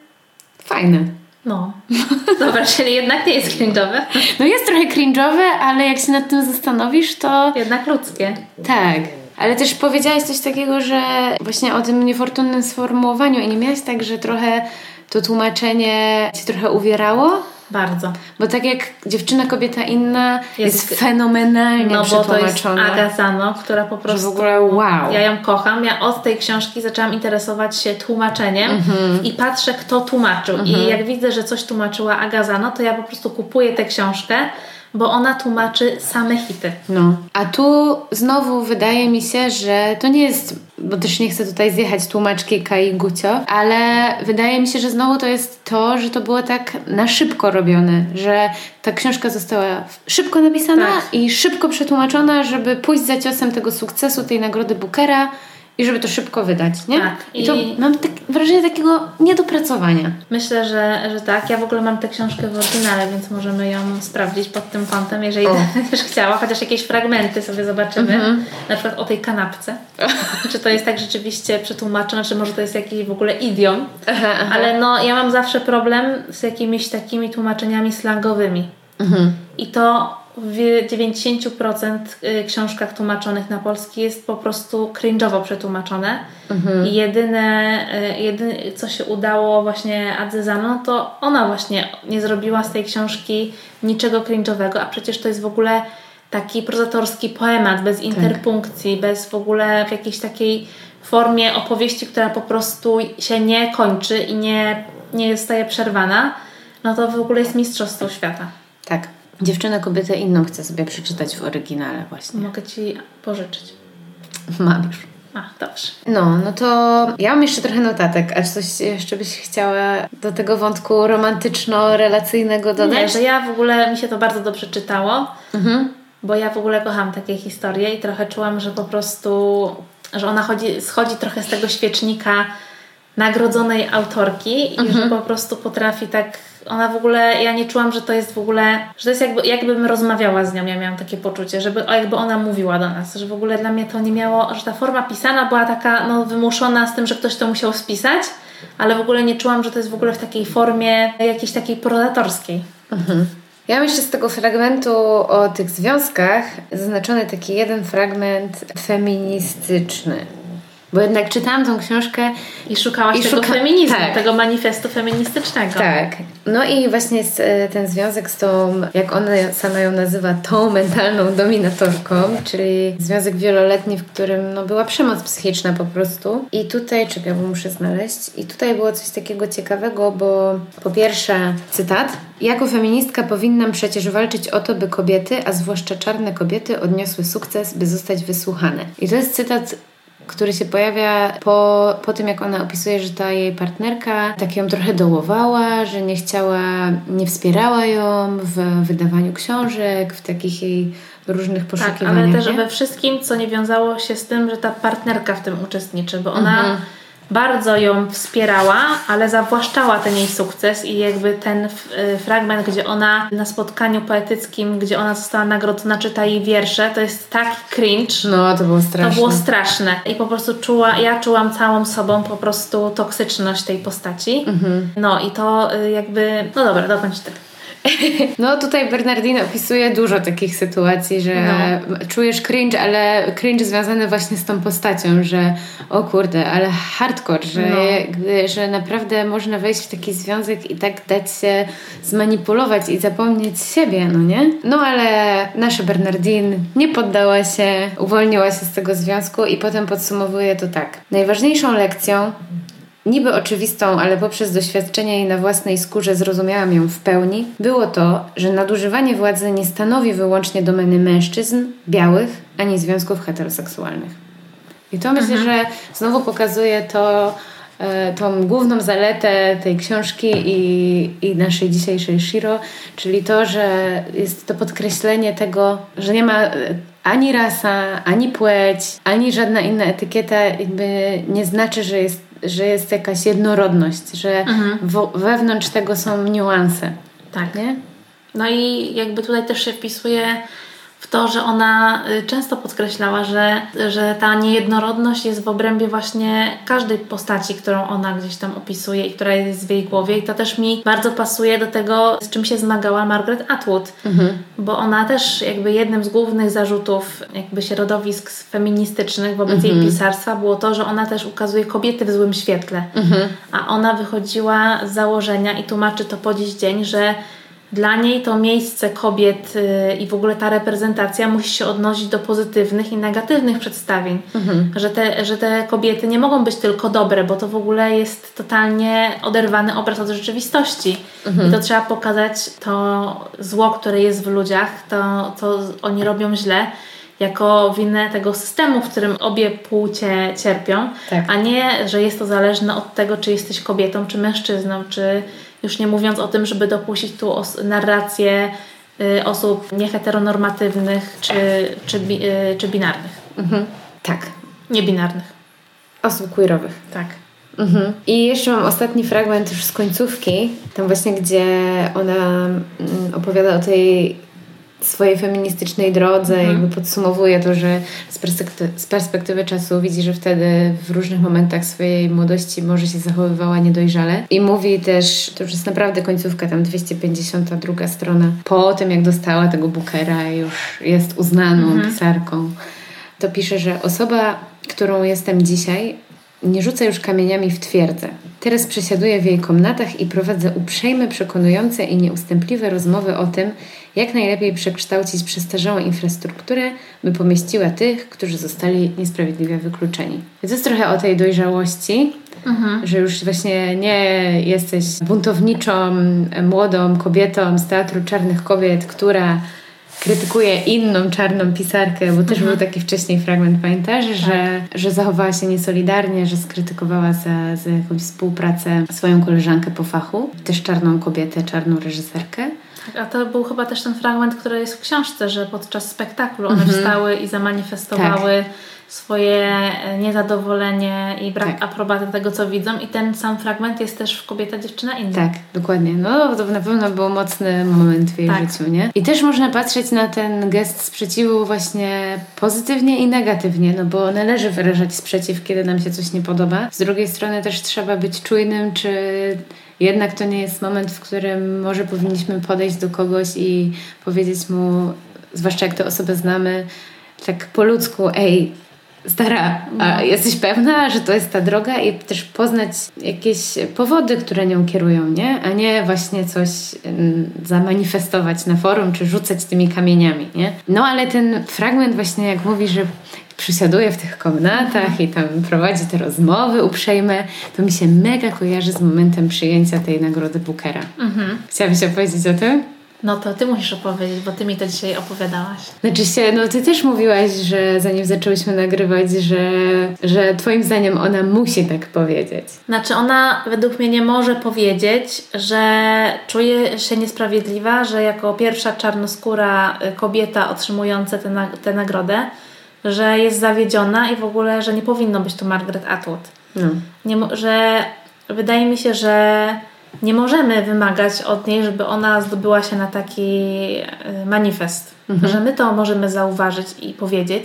fajne. No. Dobra, czyli jednak nie jest cringe'owe. No jest trochę cringe'owe, ale jak się nad tym zastanowisz, to... Jednak ludzkie. Tak. Ale też powiedziałaś coś takiego, że właśnie o tym niefortunnym sformułowaniu i nie miałaś tak, że trochę to tłumaczenie cię trochę uwierało? Bardzo. Bo tak jak Dziewczyna, kobieta inna jest, jest fenomenalnie no, przetłumaczona. No bo to jest Aga Zano, która po prostu... Że w ogóle wow. Ja ją kocham. Ja od tej książki zaczęłam interesować się tłumaczeniem mm-hmm. i patrzę, kto tłumaczył. Mm-hmm. I jak widzę, że coś tłumaczyła Aga Zano, to ja po prostu kupuję tę książkę, bo ona tłumaczy same hity. No. A tu znowu wydaje mi się, że to nie jest, bo też nie chcę tutaj zjechać tłumaczki Kai Gucio, ale wydaje mi się, że znowu to jest to, że to było tak na szybko robione, że ta książka została szybko napisana tak. i szybko przetłumaczona, żeby pójść za ciosem tego sukcesu, tej nagrody Bookera i żeby to szybko wydać, nie? Tak. I, I to mam tak, wrażenie takiego niedopracowania. Myślę, że, że tak. Ja w ogóle mam tę książkę w oryginale, więc możemy ją sprawdzić pod tym kątem, jeżeli będziesz chciała. Chociaż jakieś fragmenty sobie zobaczymy. Mm-hmm. Na przykład o tej kanapce. Czy to jest tak rzeczywiście przetłumaczone, czy może to jest jakiś w ogóle idiom. Aha, aha. Ale no, ja mam zawsze problem z jakimiś takimi tłumaczeniami slangowymi. Mm-hmm. I to w dziewięćdziesiąt procent książkach tłumaczonych na polski jest po prostu cringe'owo przetłumaczone. Mhm. I jedyne, jedyne, co się udało właśnie Adze Zano, to ona właśnie nie zrobiła z tej książki niczego cringe'owego, a przecież to jest w ogóle taki prozatorski poemat, bez interpunkcji, tak. bez w ogóle w jakiejś takiej formie opowieści, która po prostu się nie kończy i nie, nie zostaje przerwana. No to w ogóle jest mistrzostwo świata. Tak. Dziewczynę, kobietę inną chcę sobie przeczytać w oryginale właśnie. Mogę Ci pożyczyć. Mam już. A, dobrze. No, no to ja mam jeszcze trochę notatek. A czy coś jeszcze byś chciała do tego wątku romantyczno-relacyjnego dodać? Nie, że ja w ogóle, mi się to bardzo dobrze czytało, mhm. bo ja w ogóle kocham takie historie i trochę czułam, że po prostu, że ona chodzi, schodzi trochę z tego świecznika nagrodzonej autorki i mhm. że po prostu potrafi tak, ona w ogóle, ja nie czułam, że to jest w ogóle, że to jest jakby, jakbym rozmawiała z nią, ja miałam takie poczucie, żeby, jakby ona mówiła do nas, że w ogóle dla mnie to nie miało, że ta forma pisana była taka no, wymuszona z tym, że ktoś to musiał spisać, ale w ogóle nie czułam, że to jest w ogóle w takiej formie jakiejś takiej prozatorskiej. Mhm. Ja mam jeszcze z tego fragmentu o tych związkach zaznaczony taki jeden fragment feministyczny. Bo jednak czytałam tą książkę i szukałaś i tego szuka... feminizmu, tak. tego manifestu feministycznego. Tak. No i właśnie jest ten związek z tą, jak ona sama ją nazywa, tą mentalną dominatorką, czyli związek wieloletni, w którym no, była przemoc psychiczna po prostu. I tutaj, czekaj, bo muszę znaleźć. I tutaj było coś takiego ciekawego, bo po pierwsze, cytat: jako feministka powinnam przecież walczyć o to, by kobiety, a zwłaszcza czarne kobiety, odniosły sukces, by zostać wysłuchane. I to jest cytat, który się pojawia po, po tym, jak ona opisuje, że ta jej partnerka tak ją trochę dołowała, że nie chciała, nie wspierała ją w wydawaniu książek, w takich jej różnych poszukiwaniach. Tak, ale też we wszystkim, co nie wiązało się z tym, że ta partnerka w tym uczestniczy, bo ona, mhm. bardzo ją wspierała, ale zawłaszczała ten jej sukces i jakby ten f- fragment, gdzie ona na spotkaniu poetyckim, gdzie ona została nagrodzona, czyta jej wiersze, to jest taki cringe. No, to było straszne. To było straszne. I po prostu czuła, ja czułam całą sobą po prostu toksyczność tej postaci. Mhm. No i to jakby, no dobra, dokończ ty. No tutaj Bernardine opisuje dużo takich sytuacji, że no. czujesz cringe, ale cringe związany właśnie z tą postacią, że o kurde, ale hardcore, że, no. że naprawdę można wejść w taki związek i tak dać się zmanipulować i zapomnieć siebie, no nie? No ale nasza Bernardine nie poddała się, uwolniła się z tego związku i potem podsumowuje to tak. Najważniejszą lekcją, niby oczywistą, ale poprzez doświadczenia jej na własnej skórze zrozumiałam ją w pełni, było to, że nadużywanie władzy nie stanowi wyłącznie domeny mężczyzn, białych, ani związków heteroseksualnych. I to myślę, mhm. że znowu pokazuje to, e, tą główną zaletę tej książki i, i naszej dzisiejszej Shiro, czyli to, że jest to podkreślenie tego, że nie ma ani rasa, ani płeć, ani żadna inna etykieta jakby nie znaczy, że jest że jest jakaś jednorodność, że mhm. w, wewnątrz tego są niuanse. Tak. Nie? No i jakby tutaj też się wpisuje w to, że ona często podkreślała, że, że ta niejednorodność jest w obrębie właśnie każdej postaci, którą ona gdzieś tam opisuje i która jest w jej głowie. I to też mi bardzo pasuje do tego, z czym się zmagała Margaret Atwood. Mhm. Bo ona też jakby jednym z głównych zarzutów jakby środowisk feministycznych wobec mhm. jej pisarstwa było to, że ona też ukazuje kobiety w złym świetle. Mhm. A ona wychodziła z założenia i tłumaczy to po dziś dzień, że dla niej to miejsce kobiet yy, i w ogóle ta reprezentacja musi się odnosić do pozytywnych i negatywnych przedstawień. Mhm. Że, te, że te kobiety nie mogą być tylko dobre, bo to w ogóle jest totalnie oderwany obraz od rzeczywistości. Mhm. I to trzeba pokazać to zło, które jest w ludziach, to co oni robią źle, jako winę tego systemu, w którym obie płcie cierpią, tak. A nie, że jest to zależne od tego, czy jesteś kobietą, czy mężczyzną, czy już nie mówiąc o tym, żeby dopuścić tu os- narrację y, osób nieheteronormatywnych czy, czy, bi, y, czy binarnych. Mhm. Tak. Niebinarnych. Osób queerowych. Tak. Mhm. I jeszcze mam ostatni fragment już z końcówki, tam właśnie, gdzie ona mm, opowiada o tej swojej feministycznej drodze, mhm. jakby podsumowuje to, że z perspektywy, z perspektywy czasu widzi, że wtedy w różnych momentach swojej młodości może się zachowywała niedojrzale. I mówi też, to już jest naprawdę końcówka, tam dwieście pięćdziesiąta druga strona, po tym jak dostała tego Bookera i już jest uznaną mhm. pisarką, to pisze, że osoba, którą jestem dzisiaj, nie rzuca już kamieniami w twierdzę. Teraz przesiaduję w jej komnatach i prowadzę uprzejme, przekonujące i nieustępliwe rozmowy o tym, jak najlepiej przekształcić przestarzałą infrastrukturę, by pomieściła tych, którzy zostali niesprawiedliwie wykluczeni. I to jest trochę o tej dojrzałości, mhm. że już właśnie nie jesteś buntowniczą, młodą kobietą z Teatru Czarnych Kobiet, która krytykuje inną czarną pisarkę, bo też mhm. był taki wcześniej fragment, pamiętasz, tak. że, że zachowała się niesolidarnie, że skrytykowała za, za jakąś współpracę swoją koleżankę po fachu, też czarną kobietę, czarną reżyserkę. A to był chyba też ten fragment, który jest w książce, że podczas spektaklu one mhm. wstały i zamanifestowały tak. swoje niezadowolenie i brak tak. aprobaty tego, co widzą. I ten sam fragment jest też w Kobieta, dziewczyna, inna. Tak, dokładnie. No to na pewno był mocny moment w jej tak. życiu, nie? I też można patrzeć na ten gest sprzeciwu właśnie pozytywnie i negatywnie, no bo należy wyrażać sprzeciw, kiedy nam się coś nie podoba. Z drugiej strony też trzeba być czujnym, czy jednak to nie jest moment, w którym może powinniśmy podejść do kogoś i powiedzieć mu, zwłaszcza jak tę osobę znamy, tak po ludzku, ej, stara, a jesteś pewna, że to jest ta droga, i też poznać jakieś powody, które nią kierują, nie? A nie właśnie coś mm, zamanifestować na forum, czy rzucać tymi kamieniami, nie? No ale ten fragment właśnie, jak mówi, że przysiaduje w tych komnatach i tam prowadzi te rozmowy uprzejme, to mi się mega kojarzy z momentem przyjęcia tej nagrody Bookera. Mhm. Chciałabyś opowiedzieć o tym? No to ty musisz opowiedzieć, bo ty mi to dzisiaj opowiadałaś. Znaczy się, no ty też mówiłaś, że zanim zaczęłyśmy nagrywać, że, że twoim zdaniem ona musi tak powiedzieć. Znaczy ona według mnie nie może powiedzieć, że czuje się niesprawiedliwa, że jako pierwsza czarnoskóra kobieta otrzymująca tę na, tę nagrodę, że jest zawiedziona i w ogóle, że nie powinno być tu Margaret Atwood. No. Nie, że wydaje mi się, że nie możemy wymagać od niej, żeby ona zdobyła się na taki manifest. Mhm. Że my to możemy zauważyć i powiedzieć.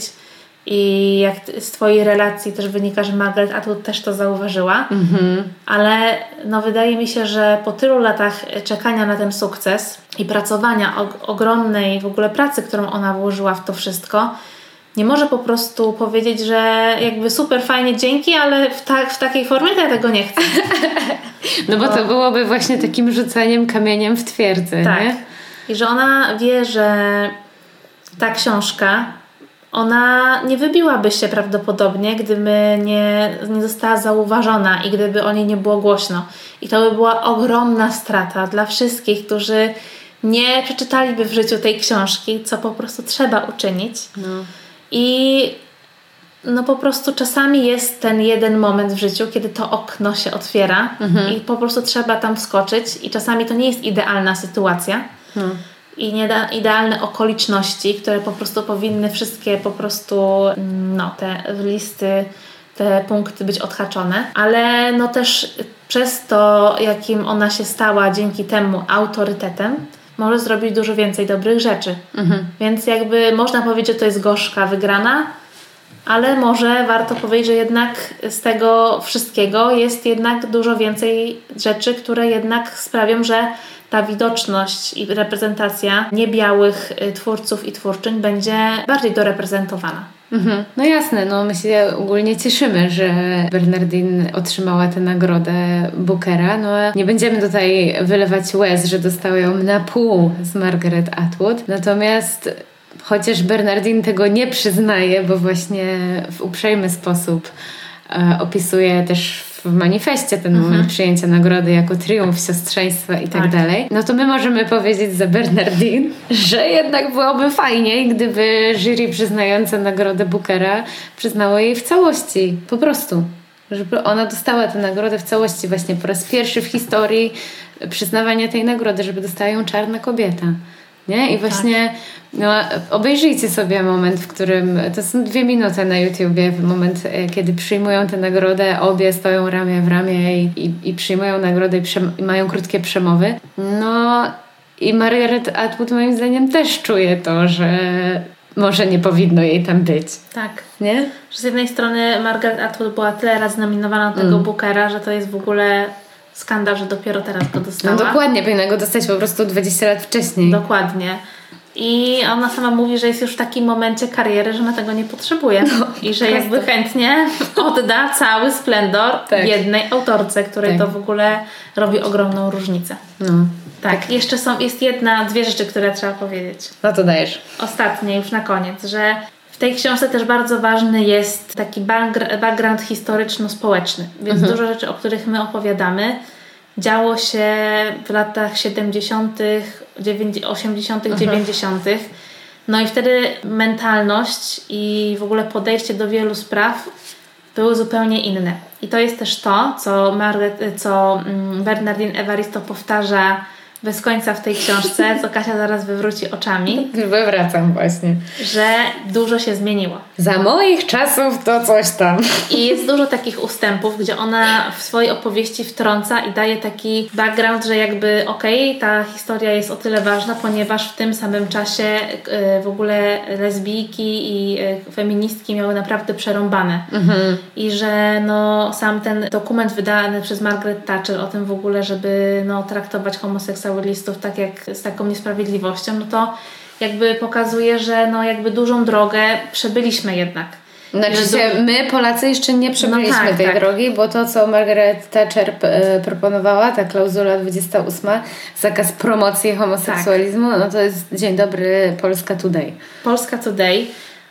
I jak z twojej relacji też wynika, że Margaret Atwood też to zauważyła. Mhm. Ale no wydaje mi się, że po tylu latach czekania na ten sukces i pracowania, o, ogromnej w ogóle pracy, którą ona włożyła w to wszystko, nie może po prostu powiedzieć, że jakby super fajnie, dzięki, ale w, ta, w takiej formie to ja tego nie chcę. No bo, bo to byłoby właśnie takim rzucaniem kamieniem w twierdzę, tak. nie? I że ona wie, że ta książka, ona nie wybiłaby się prawdopodobnie, gdyby nie, nie została zauważona i gdyby o niej nie było głośno. I to by była ogromna strata dla wszystkich, którzy nie przeczytaliby w życiu tej książki, co po prostu trzeba uczynić. No. I no po prostu czasami jest ten jeden moment w życiu, kiedy to okno się otwiera mhm. i po prostu trzeba tam wskoczyć i czasami to nie jest idealna sytuacja mhm. i nie da, idealne okoliczności, które po prostu powinny wszystkie po prostu no te listy, te punkty być odhaczone, ale no też przez to, jakim ona się stała dzięki temu autorytetem, może zrobić dużo więcej dobrych rzeczy. Mhm. Więc jakby można powiedzieć, że to jest gorzka wygrana, ale może warto powiedzieć, że jednak z tego wszystkiego jest jednak dużo więcej rzeczy, które jednak sprawią, że ta widoczność i reprezentacja niebiałych twórców i twórczyń będzie bardziej doreprezentowana. Mhm. No jasne, no my się ogólnie cieszymy, że Bernardine otrzymała tę nagrodę Bookera. No nie będziemy tutaj wylewać łez, że dostała ją na pół z Margaret Atwood. Natomiast chociaż Bernardine tego nie przyznaje, bo właśnie w uprzejmy sposób e, opisuje też w manifestie ten mhm. moment przyjęcia nagrody jako triumf siostrzeństwa i tak, tak dalej, no to my możemy powiedzieć za Bernardine, że jednak byłoby fajniej, gdyby jury przyznające nagrodę Bookera przyznało jej w całości, po prostu. Żeby ona dostała tę nagrodę w całości właśnie po raz pierwszy w historii przyznawania tej nagrody, żeby dostała ją czarna kobieta. Nie? I właśnie tak. no, obejrzyjcie sobie moment, w którym to są dwie minuty na YouTubie, moment, kiedy przyjmują tę nagrodę, obie stoją ramię w ramię i, i, i przyjmują nagrodę i, przem- i mają krótkie przemowy. No i Margaret Atwood moim zdaniem też czuje to, że może nie powinno jej tam być. Tak. Nie? Że z jednej strony Margaret Atwood była tyle razy nominowana do tego mm. Bookera, że to jest w ogóle skandal, że dopiero teraz go dostała. No dokładnie, powinna go dostać po prostu dwadzieścia lat wcześniej. Dokładnie. I ona sama mówi, że jest już w takim momencie kariery, że ona tego nie potrzebuje. No, i że jakby chętnie odda cały splendor tak. jednej autorce, której tak. to w ogóle robi ogromną różnicę. No. Tak, tak, jeszcze są, jest jedna, dwie rzeczy, które trzeba powiedzieć. No to dajesz. Ostatnie, już na koniec, że w tej książce też bardzo ważny jest taki background historyczno-społeczny. Więc mhm. dużo rzeczy, o których my opowiadamy, działo się w latach siedemdziesiątych, osiemdziesiątych, dziewięćdziesiątych. No i wtedy mentalność i w ogóle podejście do wielu spraw były zupełnie inne. I to jest też to, co, Margaret, co Bernardine Evaristo powtarza bez końca w tej książce, co Kasia zaraz wywróci oczami. Wywracam właśnie. Że dużo się zmieniło. Za moich czasów to coś tam. I jest dużo takich ustępów, gdzie ona w swojej opowieści wtrąca i daje taki background, że jakby okej, okay, ta historia jest o tyle ważna, ponieważ w tym samym czasie y, w ogóle lesbijki i y, feministki miały naprawdę przerąbane. Mhm. I że no, sam ten dokument wydany przez Margaret Thatcher o tym w ogóle, żeby no, traktować homoseksualistów tak jak z taką niesprawiedliwością, no to jakby pokazuje, że no jakby dużą drogę przebyliśmy jednak. Znaczy się, my Polacy jeszcze nie przebyliśmy no tak, tej tak. drogi, bo to, co Margaret Thatcher p- proponowała, ta klauzula dwudziesta ósma, zakaz promocji homoseksualizmu, tak. no to jest dzień dobry Polska Today. Polska Today.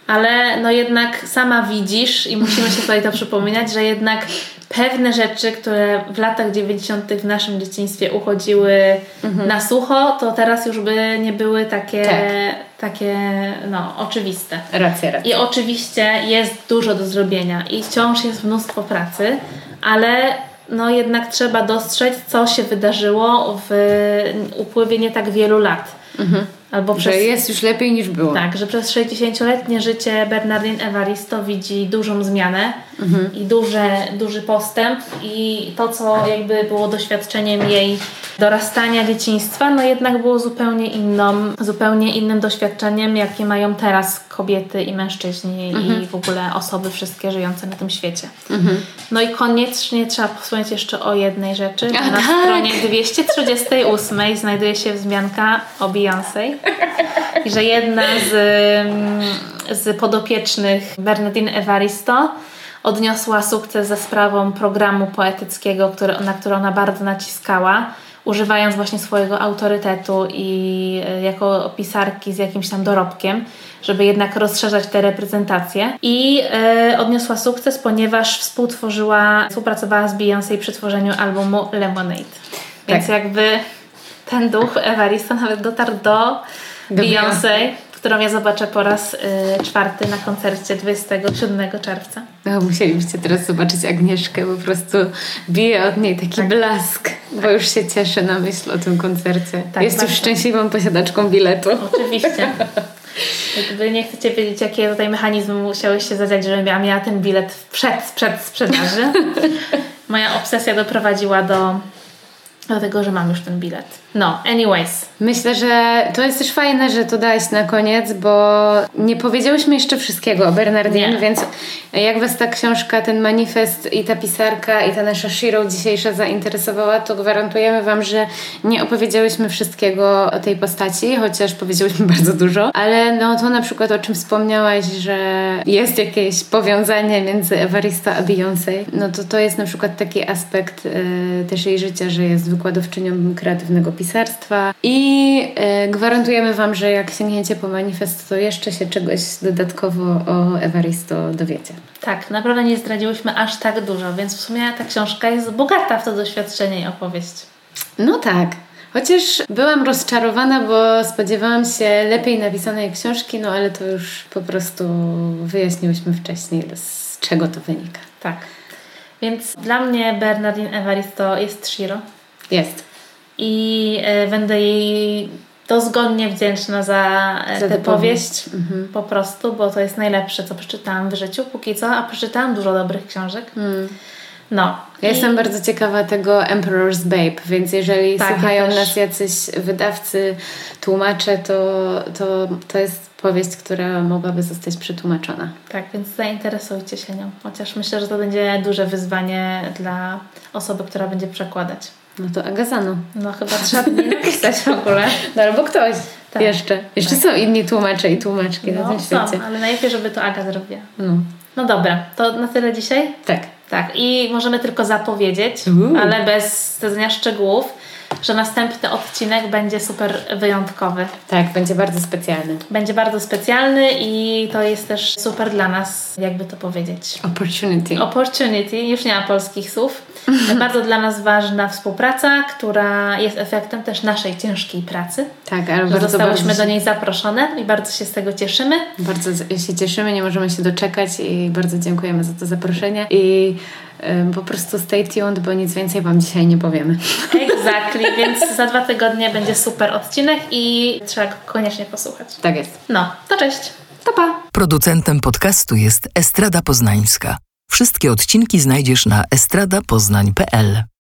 Ale no jednak sama widzisz i musimy się tutaj to przypominać, że jednak pewne rzeczy, które w latach dziewięćdziesiątych w naszym dzieciństwie uchodziły mhm. na sucho, to teraz już by nie były takie, tak. takie no, oczywiste. Racja, racja. I oczywiście jest dużo do zrobienia i wciąż jest mnóstwo pracy, ale no jednak trzeba dostrzec, co się wydarzyło w upływie nie tak wielu lat. Mhm. Albo że przez, jest już lepiej niż było. Tak, że przez sześćdziesięcioletnie życie Bernardine Evaristo widzi dużą zmianę mhm. i duże, duży postęp i to, co jakby było doświadczeniem jej dorastania, dzieciństwa, no jednak było zupełnie inną, zupełnie innym doświadczeniem, jakie mają teraz kobiety i mężczyźni mhm. i w ogóle osoby wszystkie żyjące na tym świecie. Mhm. No i koniecznie trzeba wspomnieć jeszcze o jednej rzeczy. A na tak. stronie dwieście trzydzieści osiem znajduje się wzmianka o Beyoncé i że jedna z, z podopiecznych Bernardine Evaristo odniosła sukces ze sprawą programu poetyckiego, który, na który ona bardzo naciskała, używając właśnie swojego autorytetu i jako pisarki z jakimś tam dorobkiem, żeby jednak rozszerzać te reprezentacje. I e, odniosła sukces, ponieważ współtworzyła, współpracowała z Beyoncé przy tworzeniu albumu Lemonade. Więc tak. jakby ten duch Evaristo nawet dotarł do, do Beyoncé, którą ja zobaczę po raz y, czwarty na koncercie dwudziestego siódmego czerwca. No, musielibyście teraz zobaczyć Agnieszkę, po prostu bije od niej taki tak. blask, bo już się cieszy na myśl o tym koncercie. Tak, jest bardzo. Już szczęśliwą posiadaczką biletu. Oczywiście. Jakby nie chcecie wiedzieć, jakie tutaj mechanizmy musiały się zadziać, żebym ja miała ten bilet przed, przed sprzedaży. Moja obsesja doprowadziła do dlatego, że mam już ten bilet. No, anyways. Myślę, że to jest też fajne, że to dałaś na koniec, bo nie powiedziałyśmy jeszcze wszystkiego o Bernardine, nie. Więc jak was ta książka, ten manifest i ta pisarka i ta nasza Shiro dzisiejsza zainteresowała, to gwarantujemy wam, że nie opowiedziałyśmy wszystkiego o tej postaci, chociaż powiedziałyśmy bardzo dużo, ale no to na przykład o czym wspomniałaś, że jest jakieś powiązanie między Evaristo a Beyoncé, no to to jest na przykład taki aspekt y, też jej życia, że jest wykładowczynią kreatywnego pisarstwa i y, gwarantujemy wam, że jak sięgniecie po manifest, to jeszcze się czegoś dodatkowo o Evaristo dowiecie. Tak, naprawdę nie zdradziłyśmy aż tak dużo, więc w sumie ta książka jest bogata w to doświadczenie i opowieść. No tak. Chociaż byłam rozczarowana, bo spodziewałam się lepiej napisanej książki, no ale to już po prostu wyjaśniłyśmy wcześniej, z czego to wynika. Tak. Więc dla mnie Bernardine Evaristo jest Shiro. Jest. I e, będę jej dozgonnie wdzięczna za, za tę powieść. Mhm. Po prostu, bo to jest najlepsze, co przeczytałam w życiu póki co, a przeczytałam dużo dobrych książek. Mm. No. Ja I... jestem bardzo ciekawa tego Emperor's Babe, więc jeżeli tak, słuchają ja nas jacyś wydawcy, tłumacze, to, to, to jest powieść, która mogłaby zostać przetłumaczona. Tak, więc zainteresujcie się nią. Chociaż myślę, że to będzie duże wyzwanie dla osoby, która będzie przekładać. No to Agazano. No chyba trzeba nie napisać w ogóle. No albo ktoś. Tak. Jeszcze. Jeszcze tak. Są inni tłumacze i tłumaczki no, na tym świecie. Są, ale najlepiej, żeby to Aga zrobiła. No. No dobra, to na tyle dzisiaj? Tak. Tak. I możemy tylko zapowiedzieć, Uuu. ale bez zdradzenia szczegółów, że następny odcinek będzie super wyjątkowy. Tak, będzie bardzo specjalny. Będzie bardzo specjalny i to jest też super dla nas, jakby to powiedzieć. Opportunity. Opportunity, już nie ma polskich słów. Bardzo dla nas ważna współpraca, która jest efektem też naszej ciężkiej pracy. Tak, ale bardzo zostałyśmy bardzo do niej zaproszone i bardzo się z tego cieszymy. Bardzo się cieszymy, nie możemy się doczekać i bardzo dziękujemy za to zaproszenie i um, po prostu stay tuned, bo nic więcej wam dzisiaj nie powiemy. Exactly, więc za dwa tygodnie będzie super odcinek i trzeba go koniecznie posłuchać. Tak jest. No, to cześć. To pa. Producentem podcastu jest Estrada Poznańska. Wszystkie odcinki znajdziesz na estrada poznań kropka p l.